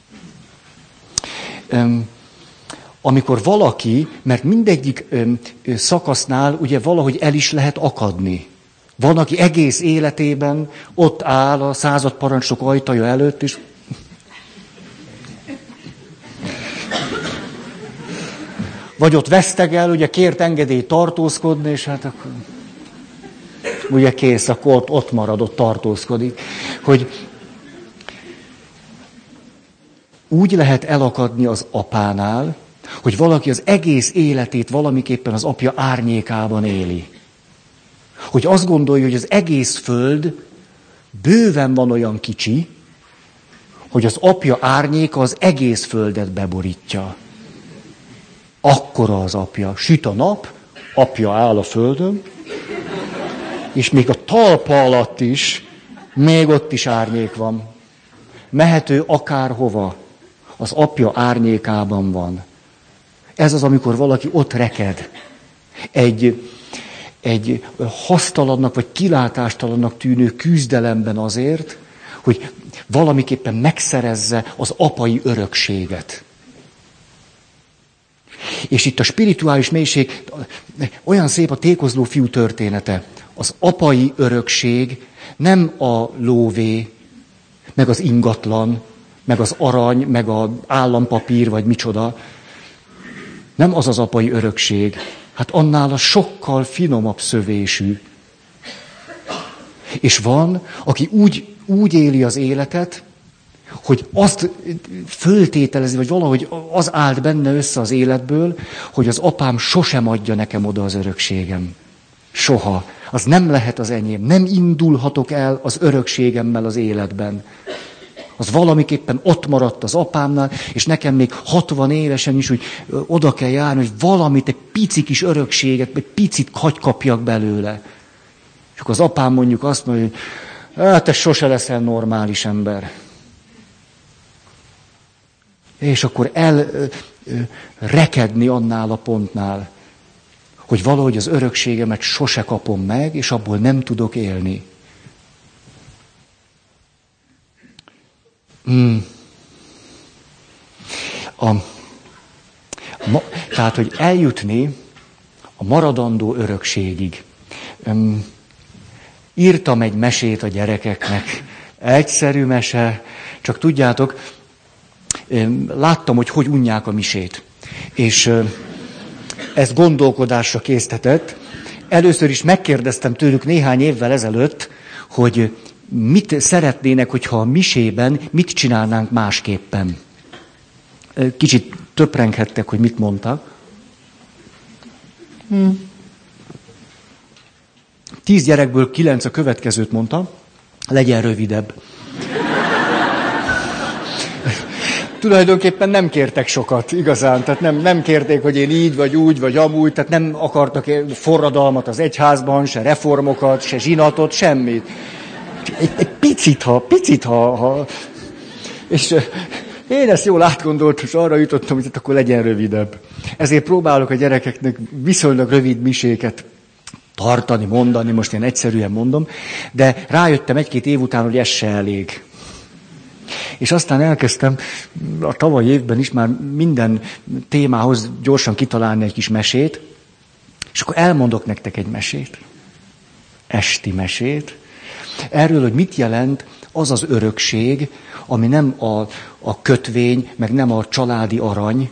Öm, amikor valaki, mert mindegyik öm, szakasznál ugye valahogy el is lehet akadni. Van, aki egész életében ott áll a századparancsnok ajtaja előtt, és vagy ott vesztegel, ugye kért engedélyt tartózkodni, és hát akkor ugye kész, akkor ott, ott marad, ott tartózkodik. Hogy úgy lehet elakadni az apánál, hogy valaki az egész életét valamiképpen az apja árnyékában éli. Hogy azt gondolja, hogy az egész föld bőven van olyan kicsi, hogy az apja árnyéka az egész földet beborítja. Akkora az apja. Süt a nap, apja áll a földön, és még a talpa alatt is, még ott is árnyék van. Mehető akárhova, az apja árnyékában van. Ez az, amikor valaki ott reked. Egy, egy hasztalannak vagy kilátástalannak tűnő küzdelemben azért, hogy valamiképpen megszerezze az apai örökséget. És itt a spirituális mélység, olyan szép a tékozló fiú története. Az apai örökség nem a lóvé, meg az ingatlan, meg az arany, meg az állampapír, vagy micsoda. Nem az az apai örökség. Hát annál a sokkal finomabb szövésű. És van, aki úgy, úgy éli az életet, hogy azt föltételezi, vagy valahogy az állt benne össze az életből, hogy az apám sosem adja nekem oda az örökségem. Soha. Az nem lehet az enyém. Nem indulhatok el az örökségemmel az életben. Az valamiképpen ott maradt az apámnál, és nekem még hatvan évesen is, hogy oda kell járni, hogy valamit, egy pici kis örökséget, egy picit hagy kapjak belőle. És akkor az apám mondjuk azt mondja, hogy hát te sose leszel normális ember. És akkor elrekedni annál a pontnál, hogy valahogy az örökségemet sose kapom meg, és abból nem tudok élni. Hmm. A, ma, tehát, hogy eljutni a maradandó örökségig. Um, írtam egy mesét a gyerekeknek. Egyszerű mese, csak tudjátok, um, láttam, hogy hogy unják a misét. És um, ezt gondolkodásra késztetett. Először is megkérdeztem tőlük néhány évvel ezelőtt, hogy mit szeretnének, hogyha a misében mit csinálnánk másképpen. Kicsit töprenghettek, hogy mit mondtak. Hm. Tíz gyerekből kilenc a következőt mondta, legyen rövidebb. Tulajdonképpen nem kértek sokat, igazán. Tehát nem, nem kérték, hogy én így, vagy úgy, vagy amúgy. Tehát nem akartak forradalmat az egyházban, se reformokat, se zsinatot, semmit. Egy, egy picit, ha, picit, ha, ha... És én ezt jól átgondoltam, és arra jutottam, hogy akkor legyen rövidebb. Ezért próbálok a gyerekeknek viszonylag rövid miséket tartani, mondani, most én egyszerűen mondom, de rájöttem egy-két év után, hogy ez se elég. És aztán elkezdtem a tavalyi évben is már minden témához gyorsan kitalálni egy kis mesét, és akkor elmondok nektek egy mesét, esti mesét, erről, hogy mit jelent az az örökség, ami nem a, a kötvény, meg nem a családi arany,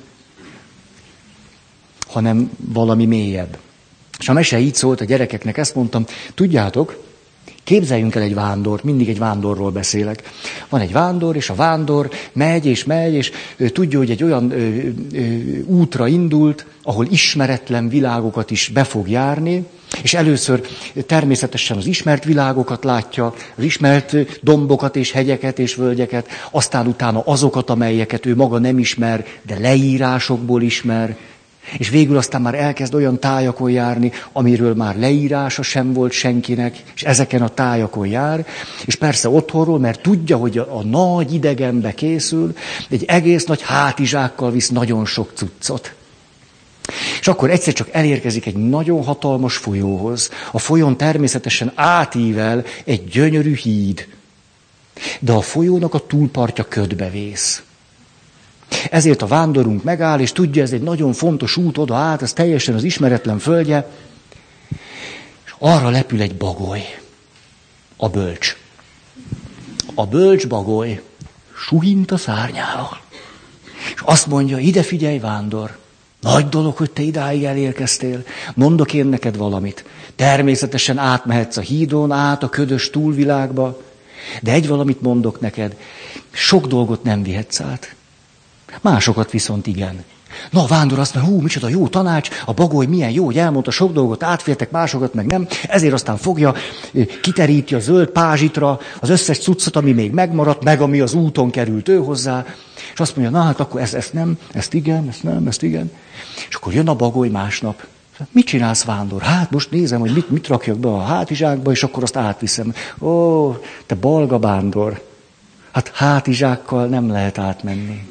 hanem valami mélyebb. És a mese így szólt a gyerekeknek, ezt mondtam, tudjátok, képzeljünk el egy vándort, mindig egy vándorról beszélek. Van egy vándor, és a vándor megy és megy, és ő tudja, hogy egy olyan ö, ö, útra indult, ahol ismeretlen világokat is be fog járni, és először természetesen az ismert világokat látja, az ismert dombokat és hegyeket és völgyeket, aztán utána azokat, amelyeket ő maga nem ismer, de leírásokból ismer, és végül aztán már elkezd olyan tájakon járni, amiről már leírása sem volt senkinek, és ezeken a tájakon jár, és persze otthonról, mert tudja, hogy a, a nagy idegenbe készül, egy egész nagy hátizsákkal visz nagyon sok cuccot. És akkor egyszer csak elérkezik egy nagyon hatalmas folyóhoz. A folyón természetesen átível egy gyönyörű híd, de a folyónak a túlpartja ködbe vész. Ezért a vándorunk megáll, és tudja, ez egy nagyon fontos út oda át, ez teljesen az ismeretlen földje, és arra lepül egy bagoly, a bölcs. A bölcs bagoly suhint a szárnyával, és azt mondja, ide figyelj, vándor, nagy dolog, hogy te idáig elérkeztél, mondok én neked valamit. Természetesen átmehetsz a hídon, át a ködös túlvilágba, de egy valamit mondok neked, sok dolgot nem vihetsz át. Másokat viszont igen. Na, a vándor azt mondja, hú, micsoda jó tanács, a bagoly milyen jó, hogy elmondta, sok dolgot átfértek, másokat meg nem. Ezért aztán fogja, kiteríti a zöld pázsitra az összes cuccot, ami még megmaradt, meg ami az úton került ő hozzá. És azt mondja, na hát akkor ezt, ezt nem, ezt igen, ezt nem, ezt igen. És akkor jön a bagoly másnap. Mit csinálsz, vándor? Hát most nézem, hogy mit, mit rakjak be a hátizsákba, és akkor azt átviszem. Ó, te balga vándor. Hát hátizsákkal nem lehet átmenni.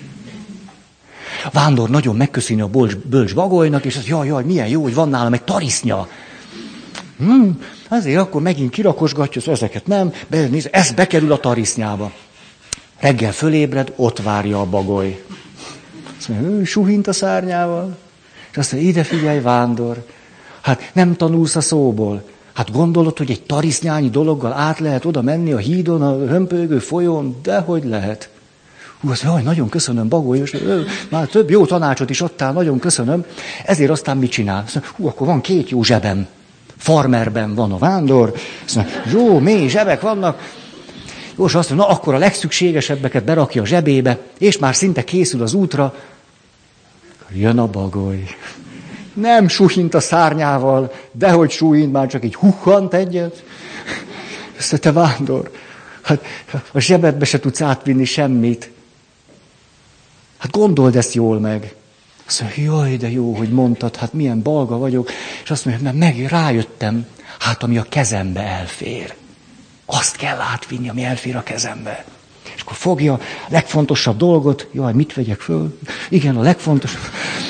A vándor nagyon megköszöni a bölcs, bölcs bagolynak, és azt jaj, jaj, milyen jó, hogy van nálam egy tarisznya. Hmm, azért akkor megint kirakosgatja, szóval ezeket nem, néz, ez bekerül a tarisznyába. Reggel fölébred, ott várja a bagoly. Azt mondja, ő suhint a szárnyával, és azt mondja, ide figyelj, vándor, hát nem tanulsz a szóból. Hát gondolod, hogy egy tarisznyányi dologgal át lehet oda menni a hídon, a hömpölygő folyón? Dehogy lehet. Hú, azt mondja, nagyon köszönöm, bagoly, és már több jó tanácsot is adtál, nagyon köszönöm. Ezért aztán mit csinál? Azt mondja, hú, akkor van két jó zsebem. Farmerben van a vándor, azt mondja, jó, mély zsebek vannak. Jó, és azt mondja, na akkor a legszükségesebbeket berakja a zsebébe, és már szinte készül az útra. Jön a bagoly. Nem suhint a szárnyával, dehogy suhint, már csak így hukkant egyet. Azt mondja, te vándor, hát a zsebedbe se tudsz átvinni semmit. Hát gondold ezt jól meg. Azt mondja, jaj, de jó, hogy mondtad, hát milyen balga vagyok. És azt mondja, mert meg rájöttem, hát ami a kezembe elfér. Azt kell átvinni, ami elfér a kezembe. És akkor fogja a legfontosabb dolgot, jaj, mit vegyek föl? Igen, a legfontosabb.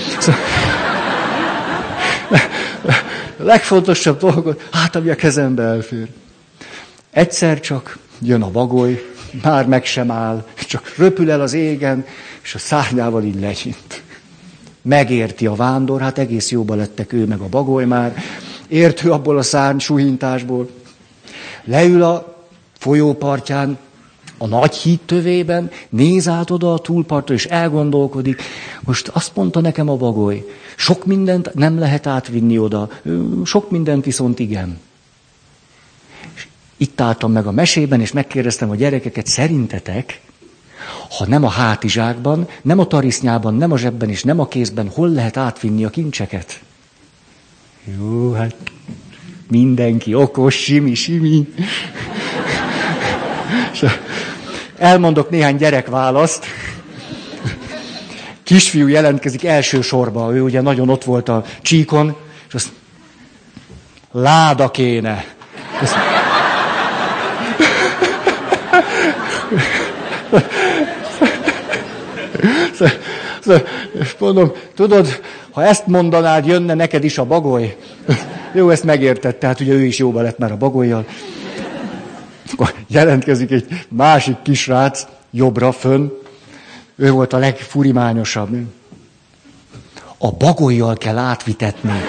A legfontosabb dolgot, hát ami a kezembe elfér. Egyszer csak jön a bagoly, már meg sem áll, csak röpül el az égen, és a szárnyával így lecsint. Megérti a vándor, hát egész jóba lettek ő meg a bagoly már, értő abból a szárny suhintásból. Leül a folyópartján, a nagy híd tövében, néz át oda a túlpartra, és elgondolkodik. Most azt mondta nekem a bagoly, sok mindent nem lehet átvinni oda, sok mindent viszont igen. És itt álltam meg a mesében, és megkérdeztem a gyerekeket, szerintetek, ha nem a hátizsákban, nem a tarisznyában, nem a zsebben és nem a kézben, hol lehet átvinni a kincseket? Jó, hát mindenki okos, simi, simi. Elmondok néhány gyerekválaszt. Kisfiú jelentkezik első sorba, ő ugye nagyon ott volt a csíkon, és azt láda kéne. Azt... Mondom, tudod, ha ezt mondanád, jönne neked is a bagoly. Jó, ezt megértette, hát ugye ő is jóba lett már a bagollyal. Akkor jelentkezik egy másik kisrác, jobbra fönn. Ő volt a legfurimányosabb. A bagollyal kell átvitetni.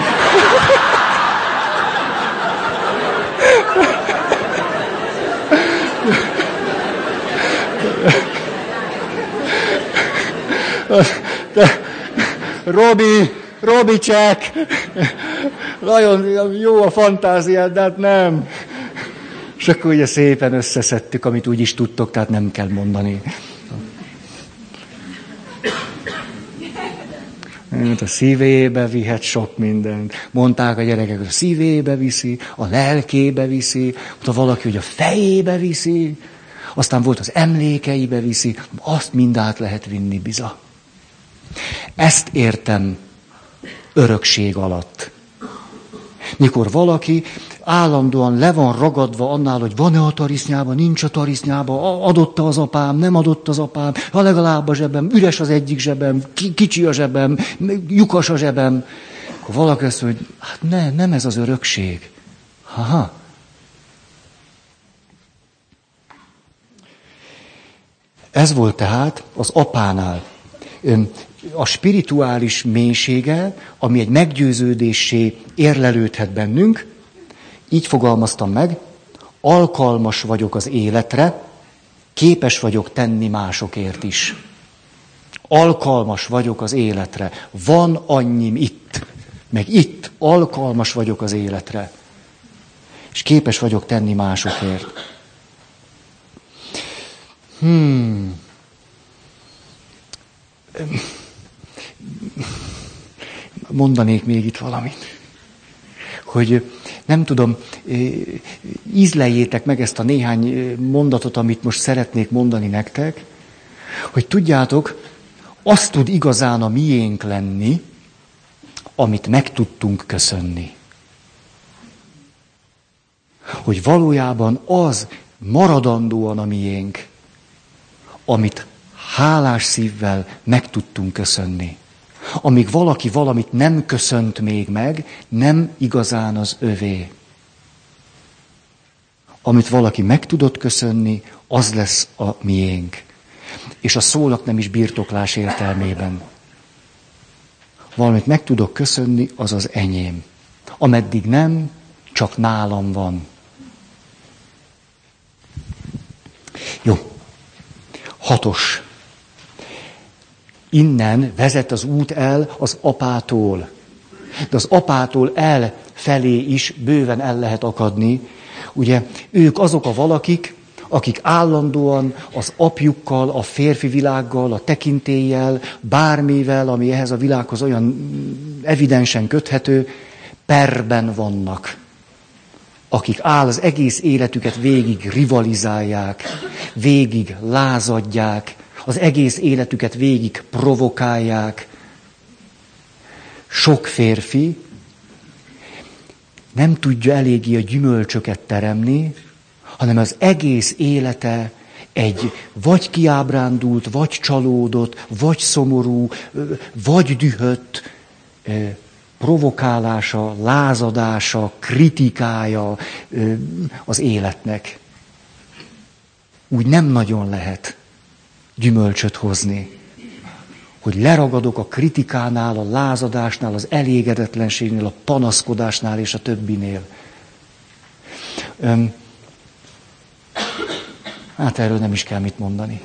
De, Robi, Robi csek, nagyon jó a fantáziád, de hát nem. És akkor ugye szépen összeszedtük, amit úgy is tudtok, tehát nem kell mondani. A szívébe vihet sok mindent. Mondták a gyerekek, hogy a szívébe viszi, a lelkébe viszi, ott valaki, hogy a fejébe viszi, aztán volt az emlékeibe viszi, azt mind át lehet vinni biza. Ezt értem örökség alatt. Mikor valaki állandóan le van ragadva annál, hogy van-e a tarisznyában, nincs a tarisznyában, adott az apám, nem adott az apám, ha legalább a zsebem, üres az egyik zsebem, kicsi a zsebem, lyukas a zsebem. Akkor valaki azt mondja, hogy hát ne, nem ez az örökség. Aha. Ez volt tehát az apánál. A spirituális mélysége, ami egy meggyőződéssé érlelődhet bennünk, így fogalmaztam meg, alkalmas vagyok az életre, képes vagyok tenni másokért is. Alkalmas vagyok az életre. Van annyim itt, meg itt alkalmas vagyok az életre. És képes vagyok tenni másokért. Hmm... Mondanék még itt valamit, hogy nem tudom, ízleljétek meg ezt a néhány mondatot, amit most szeretnék mondani nektek, hogy tudjátok, azt tud igazán a miénk lenni, amit meg tudtunk köszönni. Hogy valójában az maradandóan a miénk, amit hálás szívvel meg tudtunk köszönni. Amíg valaki valamit nem köszönt még meg, nem igazán az övé. Amit valaki meg tudott köszönni, az lesz a miénk. És a szónak nem is birtoklás értelmében. Valamit meg tudok köszönni, az az enyém. Ameddig nem, csak nálam van. Jó. Hatos. Innen vezet az út el az apától. De az apától el felé is bőven el lehet akadni. Ugye ők azok a valakik, akik állandóan az apjukkal, a férfi világgal, a tekintéllyel, bármivel, ami ehhez a világhoz olyan evidensen köthető, perben vannak. Akik áll az egész életüket végig rivalizálják, végig lázadják, az egész életüket végig provokálják. Sok férfi nem tudja eléggé a gyümölcsöket teremni, hanem az egész élete egy vagy kiábrándult, vagy csalódott, vagy szomorú, vagy dühött provokálása, lázadása, kritikája az életnek. Úgy nem nagyon lehet gyümölcsöt hozni, hogy leragadok a kritikánál, a lázadásnál, az elégedetlenségnél, a panaszkodásnál és a többinél. Öm, hát erről nem is kell mit mondani.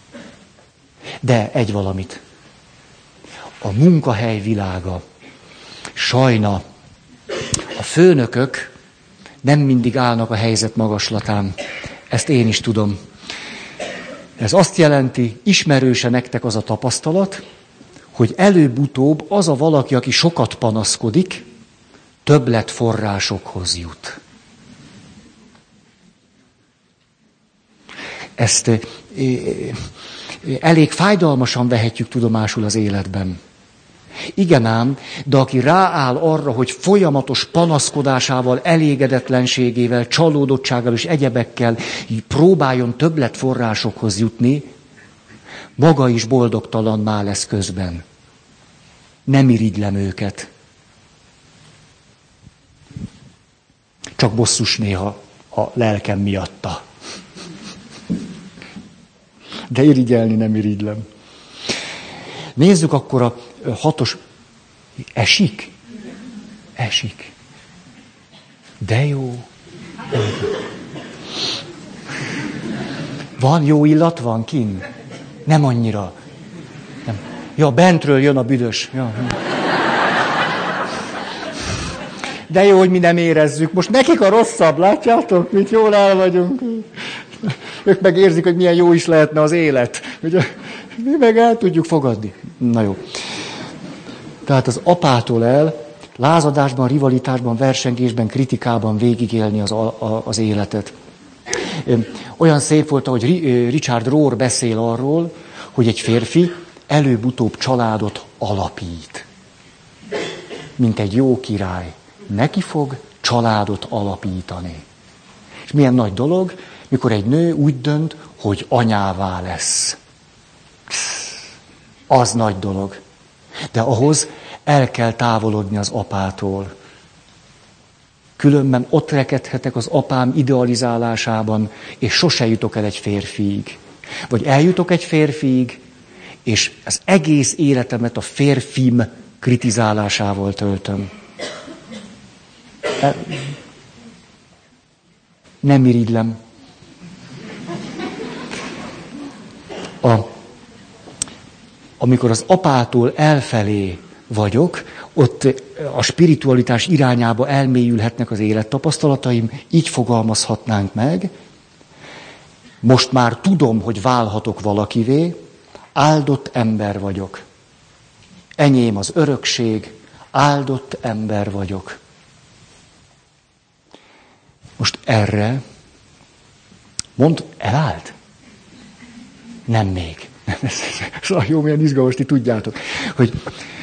De egy valamit. A munkahely világa. Sajna, a főnökök nem mindig állnak a helyzet magaslatán. Ezt én is tudom. Ez azt jelenti, ismerőse nektek az a tapasztalat, hogy előbb-utóbb az a valaki, aki sokat panaszkodik, többletforrásokhoz jut. Ezt elég fájdalmasan vehetjük tudomásul az életben. Igen ám, de aki rááll arra, hogy folyamatos panaszkodásával, elégedetlenségével, csalódottsággal és egyebekkel próbáljon többletforrásokhoz jutni, maga is boldogtalanná lesz közben. Nem irigylem őket. Csak bosszus néha a lelkem miatta. De irigyelni nem irigylem. Nézzük akkor a hatos... Esik? Esik. De jó. Van jó illat, van kint? Nem annyira. Nem. Ja, bentről jön a büdös. Ja. De jó, hogy mi nem érezzük. Most nekik a rosszabb, látjátok, mint jól el vagyunk. Ők meg érzik, hogy milyen jó is lehetne az élet. Ugye, mi meg el tudjuk fogadni. Na jó. Tehát az apától el lázadásban, rivalitásban, versengésben, kritikában végigélni az, a, az életet. Olyan szép volt, ahogy Richard Rohr beszél arról, hogy egy férfi előbb-utóbb családot alapít. Mint egy jó király. Neki fog családot alapítani. És milyen nagy dolog, mikor egy nő úgy dönt, hogy anyává lesz. Az nagy dolog. De ahhoz el kell távolodni az apától. Különben ott rekedhetek az apám idealizálásában, és sose jutok el egy férfiig. Vagy eljutok egy férfiig, és az egész életemet a férfim kritizálásával töltöm. Nem irigylem. A, amikor az apától elfelé vagyok, ott a spiritualitás irányába elmélyülhetnek az élettapasztalataim, így fogalmazhatnánk meg. Most már tudom, hogy válhatok valakivé, áldott ember vagyok. Enyém az örökség, áldott ember vagyok. Most erre, mondd, elállt? Nem még. Szóval jó, milyen izgalmas, ti tudjátok, hogy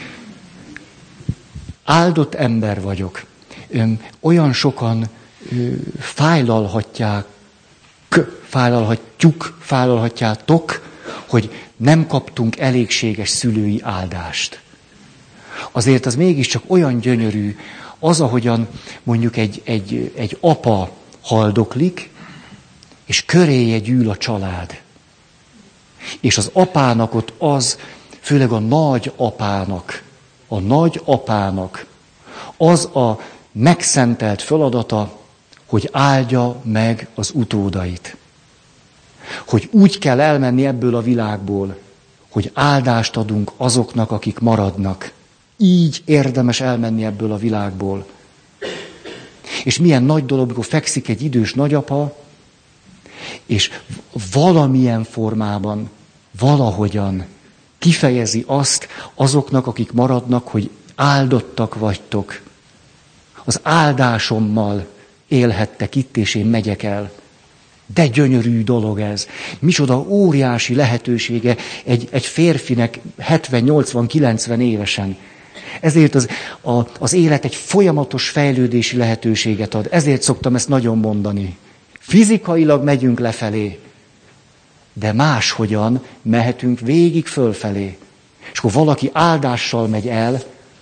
áldott ember vagyok. Olyan sokan fájlalhatják, fájlalhatjuk, fájlalhatjátok, hogy nem kaptunk elégséges szülői áldást. Azért az mégiscsak olyan gyönyörű, az, ahogyan mondjuk egy, egy, egy apa haldoklik, és köréje gyűl a család. És az apának ott az, főleg a nagy apának, a nagy apának az a megszentelt feladata, hogy áldja meg az utódait. Hogy úgy kell elmenni ebből a világból, hogy áldást adunk azoknak, akik maradnak. Így érdemes elmenni ebből a világból. És milyen nagy dolog, amikor fekszik egy idős nagyapa, és valamilyen formában, valahogyan kifejezi azt azoknak, akik maradnak, hogy áldottak vagytok. Az áldásommal élhettek itt, és én megyek el. De gyönyörű dolog ez. Micsoda óriási lehetősége egy, egy férfinek hetven, nyolcvan, kilencven évesen. Ezért az, a, az élet egy folyamatos fejlődési lehetőséget ad. Ezért szoktam ezt nagyon mondani. Fizikailag megyünk lefelé, de máshogyan mehetünk végig fölfelé. És akkor valaki áldással megy el,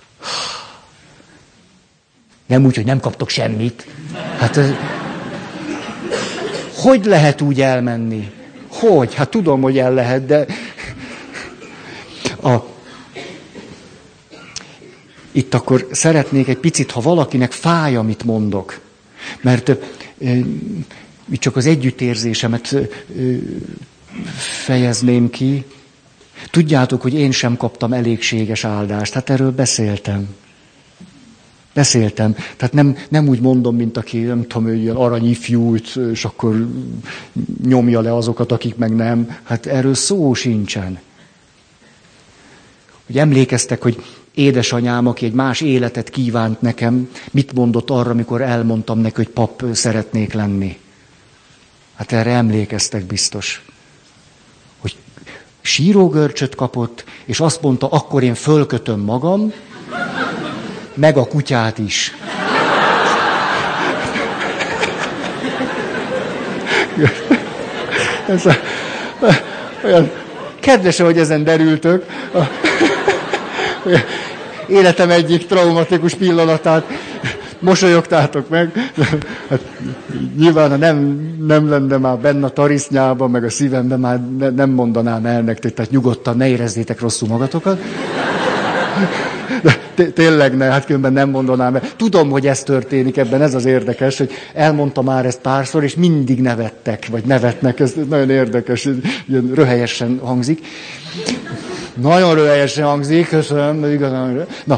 nem úgy, hogy nem kaptok semmit. Hát ez, hogy lehet úgy elmenni? Hogy? Hát tudom, hogy el lehet, de... A... Itt akkor szeretnék egy picit, ha valakinek fáj, amit mondok. Mert itt csak az együttérzésemet fejezném ki. Tudjátok, hogy én sem kaptam elégséges áldást. Hát erről beszéltem. Beszéltem. Tehát nem, nem úgy mondom, mint aki, nem tudom, hogy ilyen aranyifjút, és akkor nyomja le azokat, akik meg nem. Hát erről szó sincsen. Hogy emlékeztek, hogy édesanyám, aki egy más életet kívánt nekem, mit mondott arra, amikor elmondtam neki, hogy pap szeretnék lenni? Hát erre emlékeztek biztos. Hogy sírógörcsöt kapott, és azt mondta, akkor én fölkötöm magam, meg a kutyát is. Ez a, olyan kedves, hogy ezen derültök. A, olyan életem egyik traumatikus pillanatát mosolyogtátok meg. Hát, nyilván, ha nem, nem lenne már benne a tarisznyában, meg a szívemben, már ne, nem mondanám el nektek, tehát nyugodtan ne érezzétek rosszul magatokat. De tényleg ne, hát különben nem mondanám el. Tudom, hogy ez történik ebben, ez az érdekes, hogy elmondtam már ezt párszor, és mindig nevettek, vagy nevetnek, ez nagyon érdekes, ilyen röhelyesen hangzik. Nagyon röhelyesen hangzik, köszönöm, igazán. Na,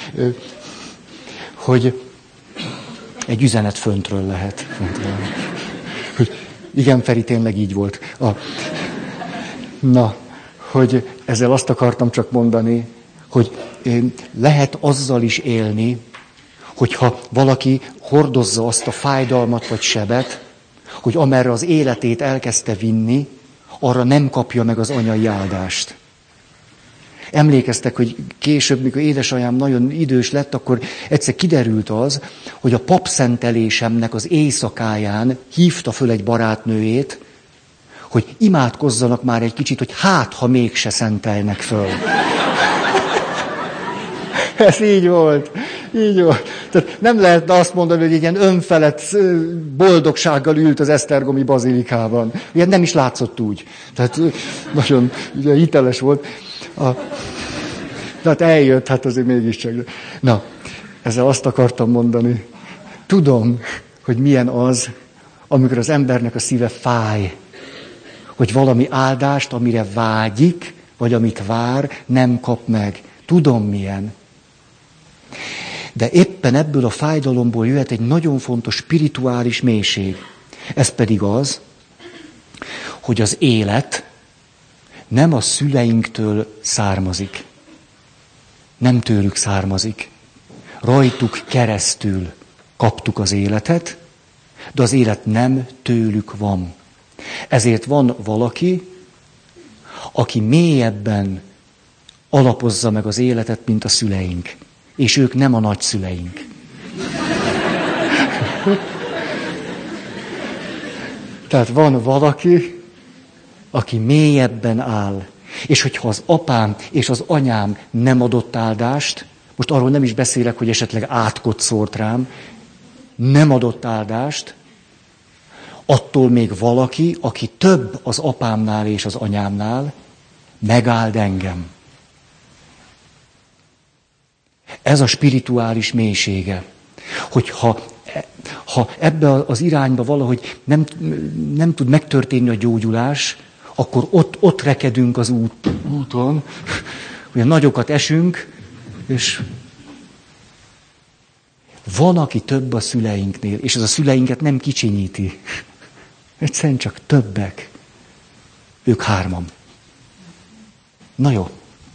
hogy egy üzenet föntről lehet. Föntről. Hogy igen, Feri, tényleg így volt. A, na, hogy ezzel azt akartam csak mondani, hogy lehet azzal is élni, hogyha valaki hordozza azt a fájdalmat vagy sebet, hogy amerre az életét elkezdte vinni, arra nem kapja meg az anyai áldást. Emlékeztek, hogy később, mikor édesanyám nagyon idős lett, akkor egyszer kiderült az, hogy a papszentelésemnek az éjszakáján hívta föl egy barátnőjét, hogy imádkozzanak már egy kicsit, hogy hát, ha mégse szentelnek föl. Ez így volt. Így volt. Tehát nem lehetne azt mondani, hogy egy ilyen önfelett boldogsággal ült az esztergomi bazilikában. Ilyen nem is látszott úgy. Tehát nagyon ugye, hiteles volt. A... De hát eljött, hát azért mégiscsak. Na, ezzel azt akartam mondani. Tudom, hogy milyen az, amikor az embernek a szíve fáj. Hogy valami áldást, amire vágyik, vagy amit vár, nem kap meg. Tudom milyen. De éppen ebből a fájdalomból jöhet egy nagyon fontos spirituális mélység. Ez pedig az, hogy az élet nem a szüleinktől származik. Nem tőlük származik. Rajtuk keresztül kaptuk az életet, de az élet nem tőlük van. Ezért van valaki, aki mélyebben alapozza meg az életet, mint a szüleink. És ők nem a nagyszüleink. Tehát van valaki, aki mélyebben áll. És hogyha az apám és az anyám nem adott áldást, most arról nem is beszélek, hogy esetleg átkot szórt rám, nem adott áldást, attól még valaki, aki több az apámnál és az anyámnál, megáld engem. Ez a spirituális mélysége. Hogyha ha ebbe az irányba valahogy nem, nem tud megtörténni a gyógyulás, akkor ott, ott rekedünk az út, úton, ugye nagyokat esünk, és van, aki több a szüleinknél, és ez a szüleinket nem kicsinyíti. Egyszerűen csak többek. Ők hárman. Na jó.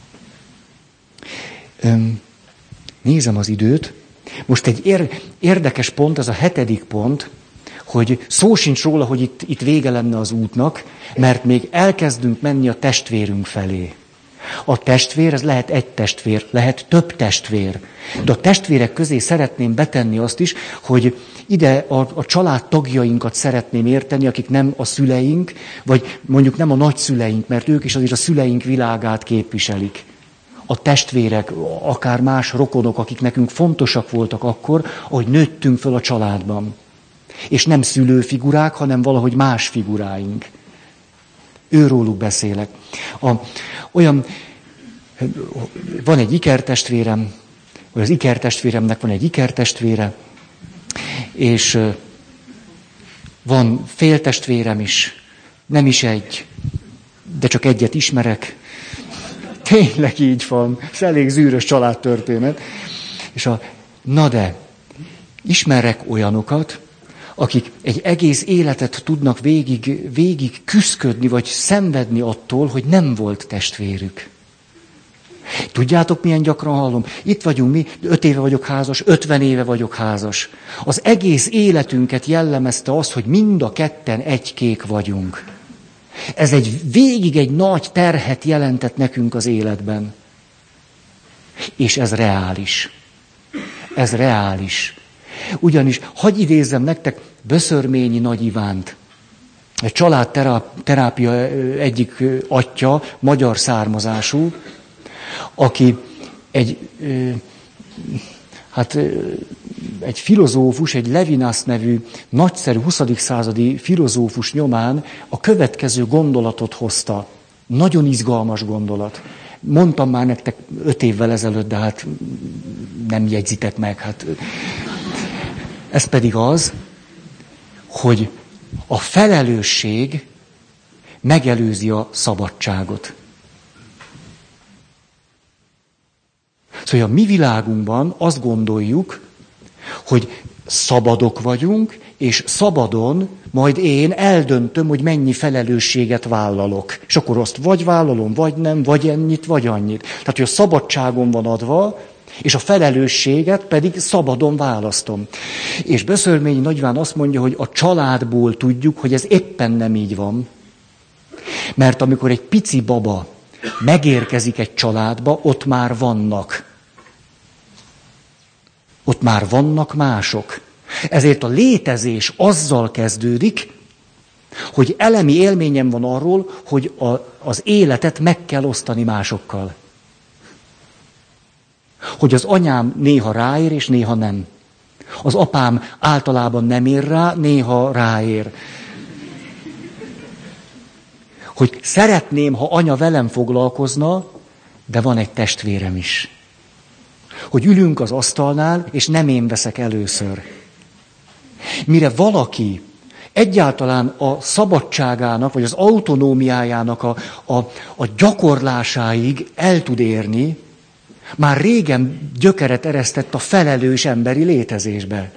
Öm, nézem az időt. Most egy ér, érdekes pont, ez a hetedik pont, hogy szó sincs róla, hogy itt, itt vége lenne az útnak, mert még elkezdünk menni a testvérünk felé. A testvér, ez lehet egy testvér, lehet több testvér. De a testvérek közé szeretném betenni azt is, hogy ide a, a család tagjainkat szeretném érteni, akik nem a szüleink, vagy mondjuk nem a nagyszüleink, mert ők is azért a szüleink világát képviselik. A testvérek, akár más rokonok, akik nekünk fontosak voltak akkor, ahogy nőttünk föl a családban. És nem szülőfigurák, hanem valahogy más figuráink. Őróluk beszélek. A, olyan, van egy ikertestvérem, vagy az ikertestvéremnek van egy ikertestvére, és van féltestvérem is, nem is egy, de csak egyet ismerek. Tényleg így van, ez elég zűrös családtörténet. És a, na de, ismerek olyanokat, akik egy egész életet tudnak végig, végig küszködni, vagy szenvedni attól, hogy nem volt testvérük. Tudjátok, milyen gyakran hallom? Itt vagyunk mi, öt éve vagyok házas, ötven éve vagyok házas. Az egész életünket jellemezte az, hogy mind a ketten egykék vagyunk. Ez egy végig egy nagy terhet jelentett nekünk az életben. És ez reális. Ez reális. Ugyanis, hadd idézzem nektek Böszörményi Nagy Ivánt. Egy családterápia egyik atya, magyar származású, aki egy, hát, egy filozófus, egy Levinas nevű nagyszerű huszadik századi filozófus nyomán a következő gondolatot hozta. Nagyon izgalmas gondolat. Mondtam már nektek öt évvel ezelőtt, de hát nem jegyzitek meg. Hát. Ez pedig az, hogy a felelősség megelőzi a szabadságot. Szóval a mi világunkban azt gondoljuk, hogy szabadok vagyunk, és szabadon majd én eldöntöm, hogy mennyi felelősséget vállalok. És akkor azt vagy vállalom, vagy nem, vagy ennyit, vagy annyit. Tehát, hogy a szabadságom van adva, és a felelősséget pedig szabadon választom. És Böszörményi Nagy Iván azt mondja, hogy a családból tudjuk, hogy ez éppen nem így van. Mert amikor egy pici baba megérkezik egy családba, ott már vannak. Ott már vannak mások. Ezért a létezés azzal kezdődik, hogy elemi élményem van arról, hogy a, az életet meg kell osztani másokkal. Hogy az anyám néha ráér, és néha nem. Az apám általában nem ér rá, néha ráér. Hogy szeretném, ha anya velem foglalkozna, de van egy testvérem is. Hogy ülünk az asztalnál, és nem én veszek először. Mire valaki egyáltalán a szabadságának, vagy az autonómiájának a, a, a gyakorlásáig el tud érni, már régen gyökeret eresztett a felelős emberi létezésbe.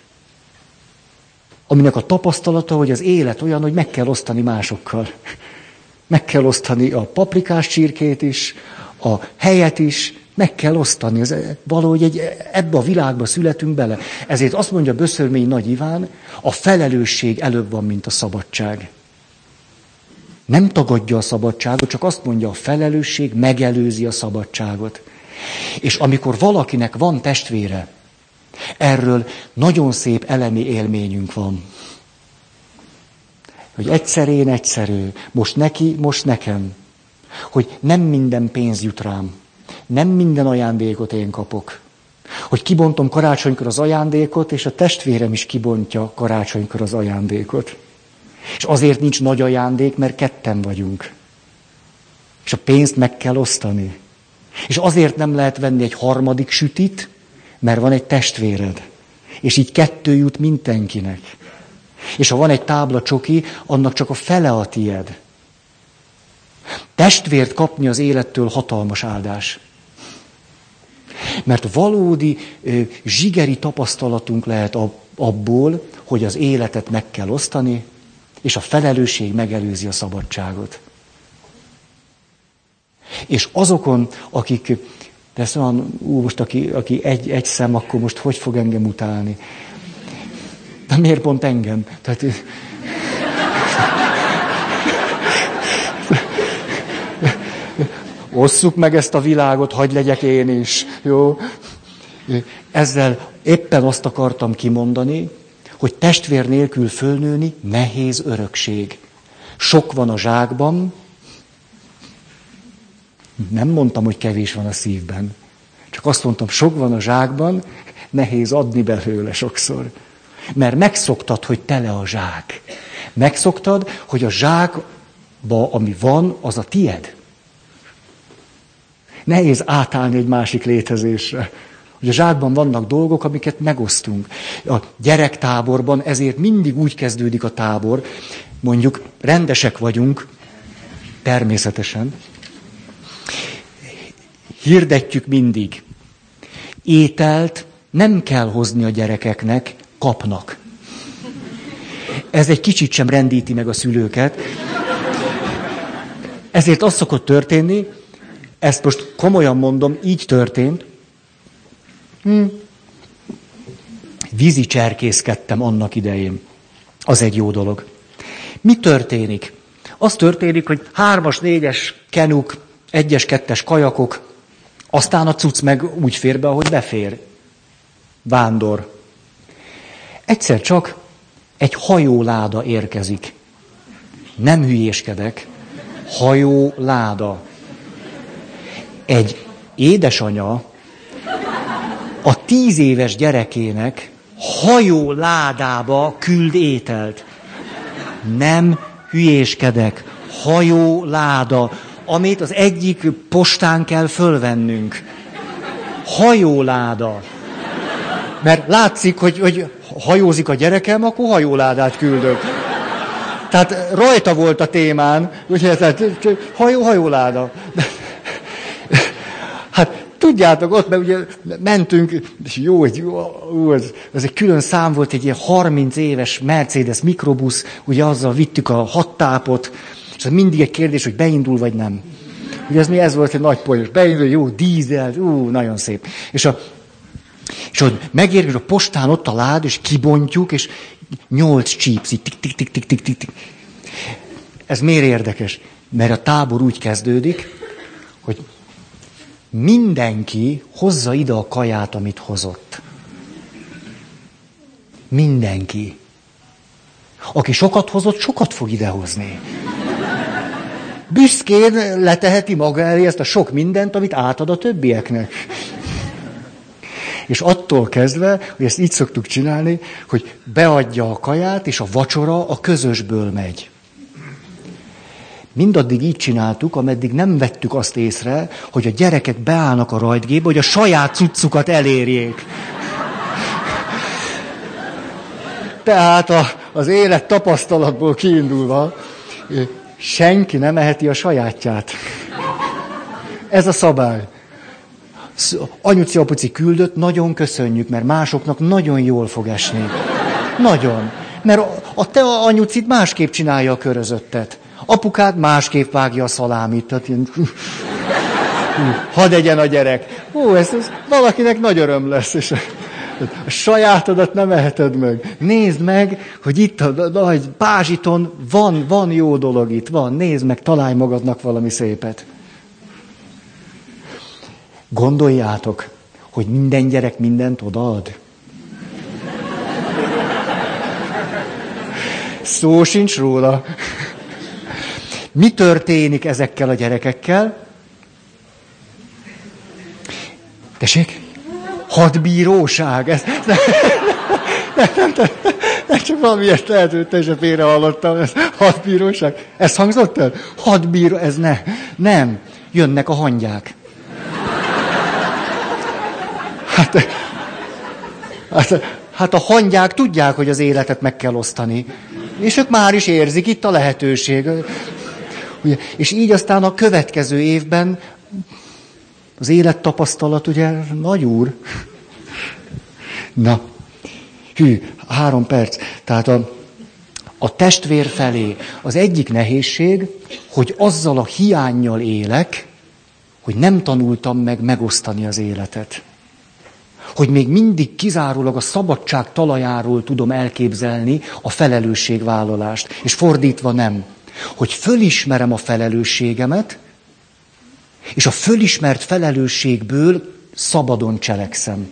Aminek a tapasztalata, hogy az élet olyan, hogy meg kell osztani másokkal. Meg kell osztani a paprikás csirkét is, a helyet is, meg kell osztani. Ez valahogy egy, ebbe a világba születünk bele. Ezért azt mondja Böszörményi Nagy Iván, a felelősség előbb van, mint a szabadság. Nem tagadja a szabadságot, csak azt mondja, a felelősség megelőzi a szabadságot. És amikor valakinek van testvére, erről nagyon szép elemi élményünk van. Hogy egyszer én, egyszer ő. Most neki, most nekem. Hogy nem minden pénz jut rám. Nem minden ajándékot én kapok. Hogy kibontom karácsonykor az ajándékot, és a testvérem is kibontja karácsonykor az ajándékot. És azért nincs nagy ajándék, mert ketten vagyunk. És a pénzt meg kell osztani. És azért nem lehet venni egy harmadik sütit, mert van egy testvéred. És így kettő jut mindenkinek. És ha van egy tábla csoki, annak csak a fele a tied. Testvért kapni az élettől hatalmas áldás. Mert valódi zsigeri tapasztalatunk lehet abból, hogy az életet meg kell osztani, és a felelősség megelőzi a szabadságot. És azokon, akik, de szóval, ú, most aki, aki egy, egy szem, akkor most hogy fog engem utálni? De miért pont engem? Tehát, osszuk meg ezt a világot, hadd legyek én is. Jó? Ezzel éppen azt akartam kimondani, hogy testvér nélkül fölnőni nehéz örökség. Sok van a zsákban, nem mondtam, hogy kevés van a szívben. Csak azt mondtam, sok van a zsákban, nehéz adni belőle sokszor. Mert megszoktad, hogy tele a zsák. Megszoktad, hogy a zsákba, ami van, az a tied. Nehéz átállni egy másik létezésre. Hogy a zsákban vannak dolgok, amiket megosztunk. A gyerektáborban ezért mindig úgy kezdődik a tábor, mondjuk rendesek vagyunk, természetesen, hirdetjük mindig. Ételt nem kell hozni a gyerekeknek, kapnak. Ez egy kicsit sem rendíti meg a szülőket. Ezért az szokott történni, ezt most komolyan mondom, így történt. Hm. Vízi cserkészkedtem annak idején. Az egy jó dolog. Mi történik? Az történik, hogy hármas, négyes kenuk, egyes, kettes kajakok, aztán a cucc meg úgy fér be, ahogy befér. Vándor. Egyszer csak egy hajóláda érkezik. Nem hülyéskedek. Hajóláda. Egy édesanya a tíz éves gyerekének hajóládába küld ételt. Nem hülyéskedek. Hajóláda, amit az egyik postán kell fölvennünk. Hajóláda. Mert látszik, hogy, hogy hajózik a gyerekem, akkor hajóládát küldök. Tehát rajta volt a témán, ugye, tehát hajó, hajóláda. Hát tudjátok, ott mert ugye mentünk, és jó, hogy jó, ez, ez egy külön szám volt, egy ilyen harminc éves Mercedes mikrobusz, ugye azzal vittük a hattápot, és az mindig egy kérdés, hogy beindul vagy nem. Ugye ez, ez volt egy nagy poén, beindul, jó, dízel, ú, nagyon szép. És a És hogy megérjük, a postán ott a lád, és kibontjuk, és nyolc csípsz, így tik, tik, tik, tik, tik, tik, tik. Ez miért érdekes? Mert a tábor úgy kezdődik, hogy mindenki hozza ide a kaját, amit hozott. Mindenki. Aki sokat hozott, sokat fog idehozni. Büszkén leteheti maga elé ezt a sok mindent, amit átad a többieknek. És attól kezdve, hogy ezt így szoktuk csinálni, hogy beadja a kaját, és a vacsora a közösből megy. Mindaddig így csináltuk, ameddig nem vettük azt észre, hogy a gyerekek beállnak a rajtgébe, hogy a saját cuccukat elérjék. Tehát a, az élet tapasztalatból kiindulva, senki nem eheti a sajátját. Ez a szabály. Anyuci, apuci küldött, nagyon köszönjük, mert másoknak nagyon jól fog esni. Nagyon. Mert a te anyucid másképp csinálja a körözöttet. Apukád másképp vágja a szalámit. Tehát ilyen... Hadd egyen a gyerek. Ó, ez, ez valakinek nagy öröm lesz. És a sajátodat nem eheted meg. Nézd meg, hogy itt a nagy pázsiton van, van jó dolog itt. Van. Nézd meg, találj magadnak valami szépet. Gondoljátok, hogy minden gyerek mindent odaad? Szó sincs róla. Mi történik ezekkel a gyerekekkel? Tessék? Hadbíróság. Ez, nem, nem, nem, nem, nem csak valamiért lehet, hogy te se félre hallottam. Ez hadbíróság. Ez hangzott el? Hadbíró, ez ne. Nem. Jönnek a hangyák. Hát, hát, hát a hangyák tudják, hogy az életet meg kell osztani. És ők már is érzik, itt a lehetőség. Ugye, és így aztán a következő évben az élettapasztalat, ugye, nagy úr. Na, hű, három perc. Tehát a, a testvér felé az egyik nehézség, hogy azzal a hiánnyal élek, hogy nem tanultam meg megosztani az életet. Hogy még mindig kizárólag a szabadság talajáról tudom elképzelni a felelősségvállalást, és fordítva nem. Hogy fölismerem a felelősségemet, és a fölismert felelősségből szabadon cselekszem.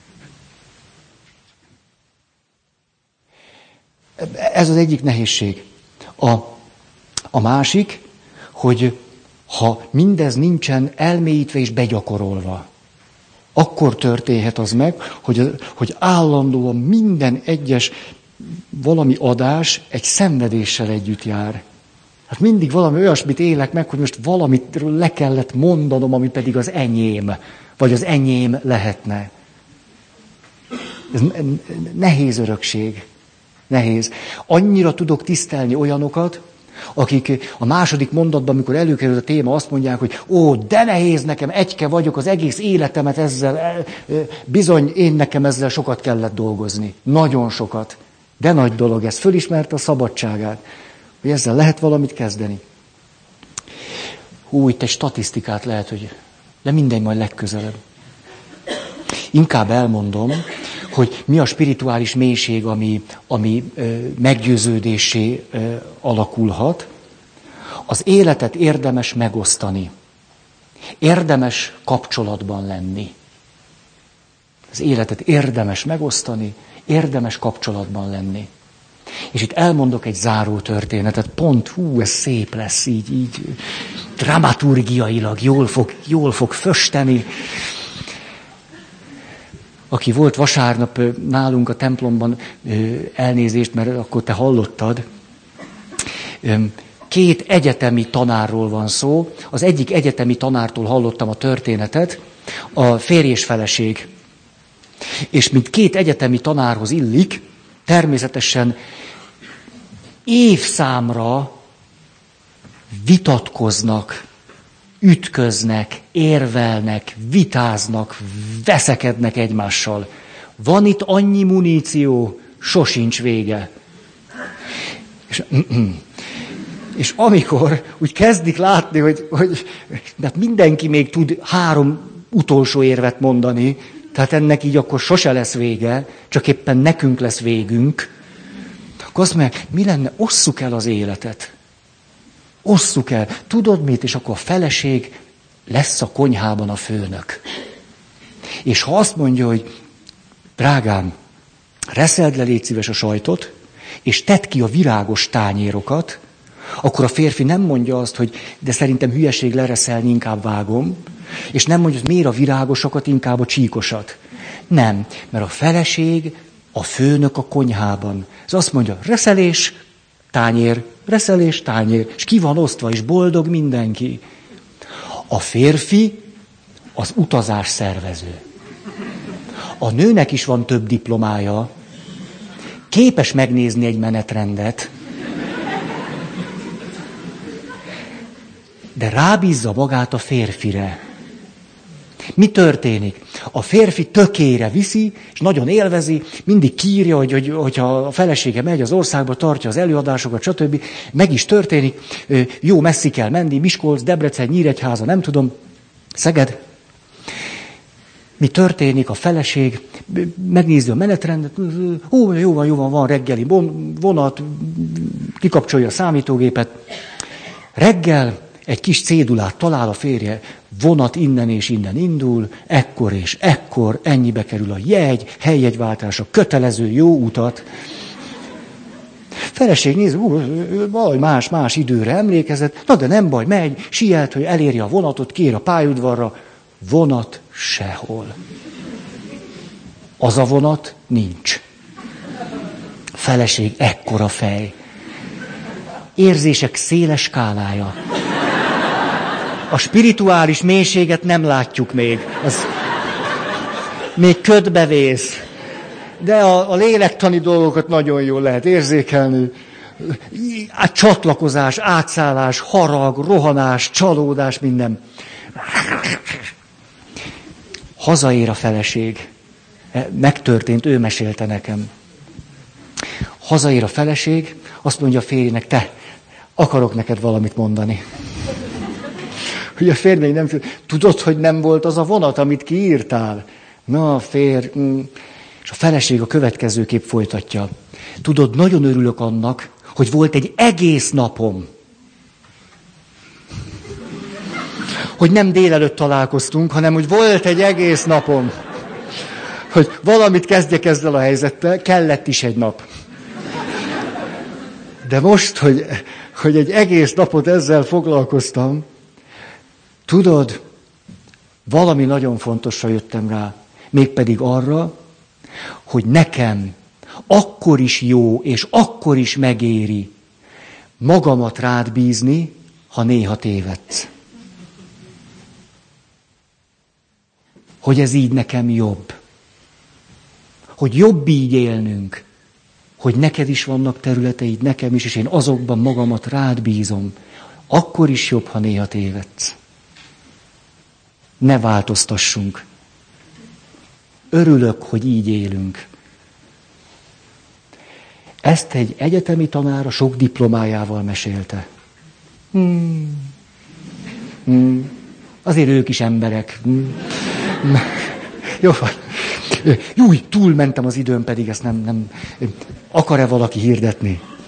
Ez az egyik nehézség. A, a másik, hogy ha mindez nincsen elmélyítve és begyakorolva, akkor történhet az meg, hogy, hogy állandóan minden egyes valami adás egy szenvedéssel együtt jár. Hát mindig valami olyasmit élek meg, hogy most valamit le kellett mondanom, ami pedig az enyém, vagy az enyém lehetne. Ez nehéz örökség. Nehéz. Annyira tudok tisztelni olyanokat, akik a második mondatban, amikor előkerül a téma, azt mondják, hogy ó, de nehéz nekem, egyke vagyok, az egész életemet ezzel, bizony én nekem ezzel sokat kellett dolgozni. Nagyon sokat. De nagy dolog ez, fölismerte a szabadságát. Hogy ezzel lehet valamit kezdeni. Hú, itt egy statisztikát lehet, hogy De mindegy, majd legközelebb. Inkább elmondom, hogy mi a spirituális mélység, ami, ami ö, meggyőződésé ö, alakulhat. Az életet érdemes megosztani. Érdemes kapcsolatban lenni. Az életet érdemes megosztani, érdemes kapcsolatban lenni. És itt elmondok egy záró történetet, pont, hú, ez szép lesz, így, így dramaturgiailag jól fog, jól fog fösteni. Aki volt vasárnap nálunk a templomban, elnézést, mert akkor te hallottad, két egyetemi tanárról van szó. Az egyik egyetemi tanártól hallottam a történetet, a férj és feleség. És mint két egyetemi tanárhoz illik, természetesen évszámra vitatkoznak, ütköznek, érvelnek, vitáznak, veszekednek egymással. Van itt annyi muníció, sosincs vége. És, és amikor úgy kezdik látni, hogy, hogy de mindenki még tud három utolsó érvet mondani, tehát ennek így akkor sose lesz vége, csak éppen nekünk lesz végünk, akkor azt mondják, mi lenne, osszuk el az életet. Osszuk el. Tudod mit? És akkor a feleség lesz a konyhában a főnök. És ha azt mondja, hogy drágám, reszeld le, légy szíves a sajtot, és tedd ki a virágos tányérokat, akkor a férfi nem mondja azt, hogy de szerintem hülyeség lereszelni, inkább vágom, és nem mondja, hogy miért a virágosokat, inkább a csíkosat. Nem, mert a feleség a főnök a konyhában. Ez azt mondja, reszelés, tányér, reszelés, tányér, és ki van osztva, és boldog mindenki. A férfi az utazás szervező. A nőnek is van több diplomája, képes megnézni egy menetrendet, de rábízza magát a férfire. Mi történik? A férfi tökére viszi, és nagyon élvezi, mindig kiírja, hogy, hogy, hogyha a felesége megy az országba, tartja az előadásokat, stb. Meg is történik, jó messzi kell menni, Miskolc, Debrecen, Nyíregyháza, nem tudom, Szeged. Mi történik? A feleség megnézi a menetrendet, ó, jó van, jó van, van reggeli vonat, kikapcsolja a számítógépet. Reggel egy kis cédulát talál a férje, vonat innen és innen indul, ekkor és ekkor, ennyibe kerül a jegy, helyjegyváltás, a kötelező jó utat. Feleség néz, ú, baj, más, más időre emlékezett, na de nem baj, megy, siet, hogy elérje a vonatot, kér a pályaudvarra, vonat sehol. Az a vonat nincs. Feleség ekkora fej. Érzések széles skálája. A spirituális mélységet nem látjuk még. Az még ködbe vész. De a, a lélektani dolgokat nagyon jól lehet érzékelni. A csatlakozás, átszállás, harag, rohanás, csalódás, minden. Hazaér a feleség. Megtörtént, ő mesélte nekem. Hazaér a feleség, azt mondja a férjének, te, akarok neked valamit mondani. Hogy a férj még nem... Tudod, hogy nem volt az a vonat, amit kiírtál? Na, férj... És a feleség a következőképp folytatja. Tudod, nagyon örülök annak, hogy volt egy egész napom. Hogy nem délelőtt találkoztunk, hanem hogy volt egy egész napom. Hogy valamit kezdjek ezzel a helyzettel, kellett is egy nap. De most, hogy, hogy egy egész napot ezzel foglalkoztam, tudod, valami nagyon fontosra jöttem rá, mégpedig arra, hogy nekem akkor is jó, és akkor is megéri magamat rád bízni, ha néha tévedsz. Hogy ez így nekem jobb. Hogy jobb így élnünk. Hogy neked is vannak területeid, nekem is, és én azokban magamat rád bízom. Akkor is jobb, ha néha tévedsz. Ne változtassunk. Örülök, hogy így élünk. Ezt egy egyetemi tanár a sok diplomájával mesélte. Hmm. Hmm. Azért ők is emberek. Jó, Júj, túlmentem az időn, pedig ezt nem, nem... Akar-e valaki hirdetni?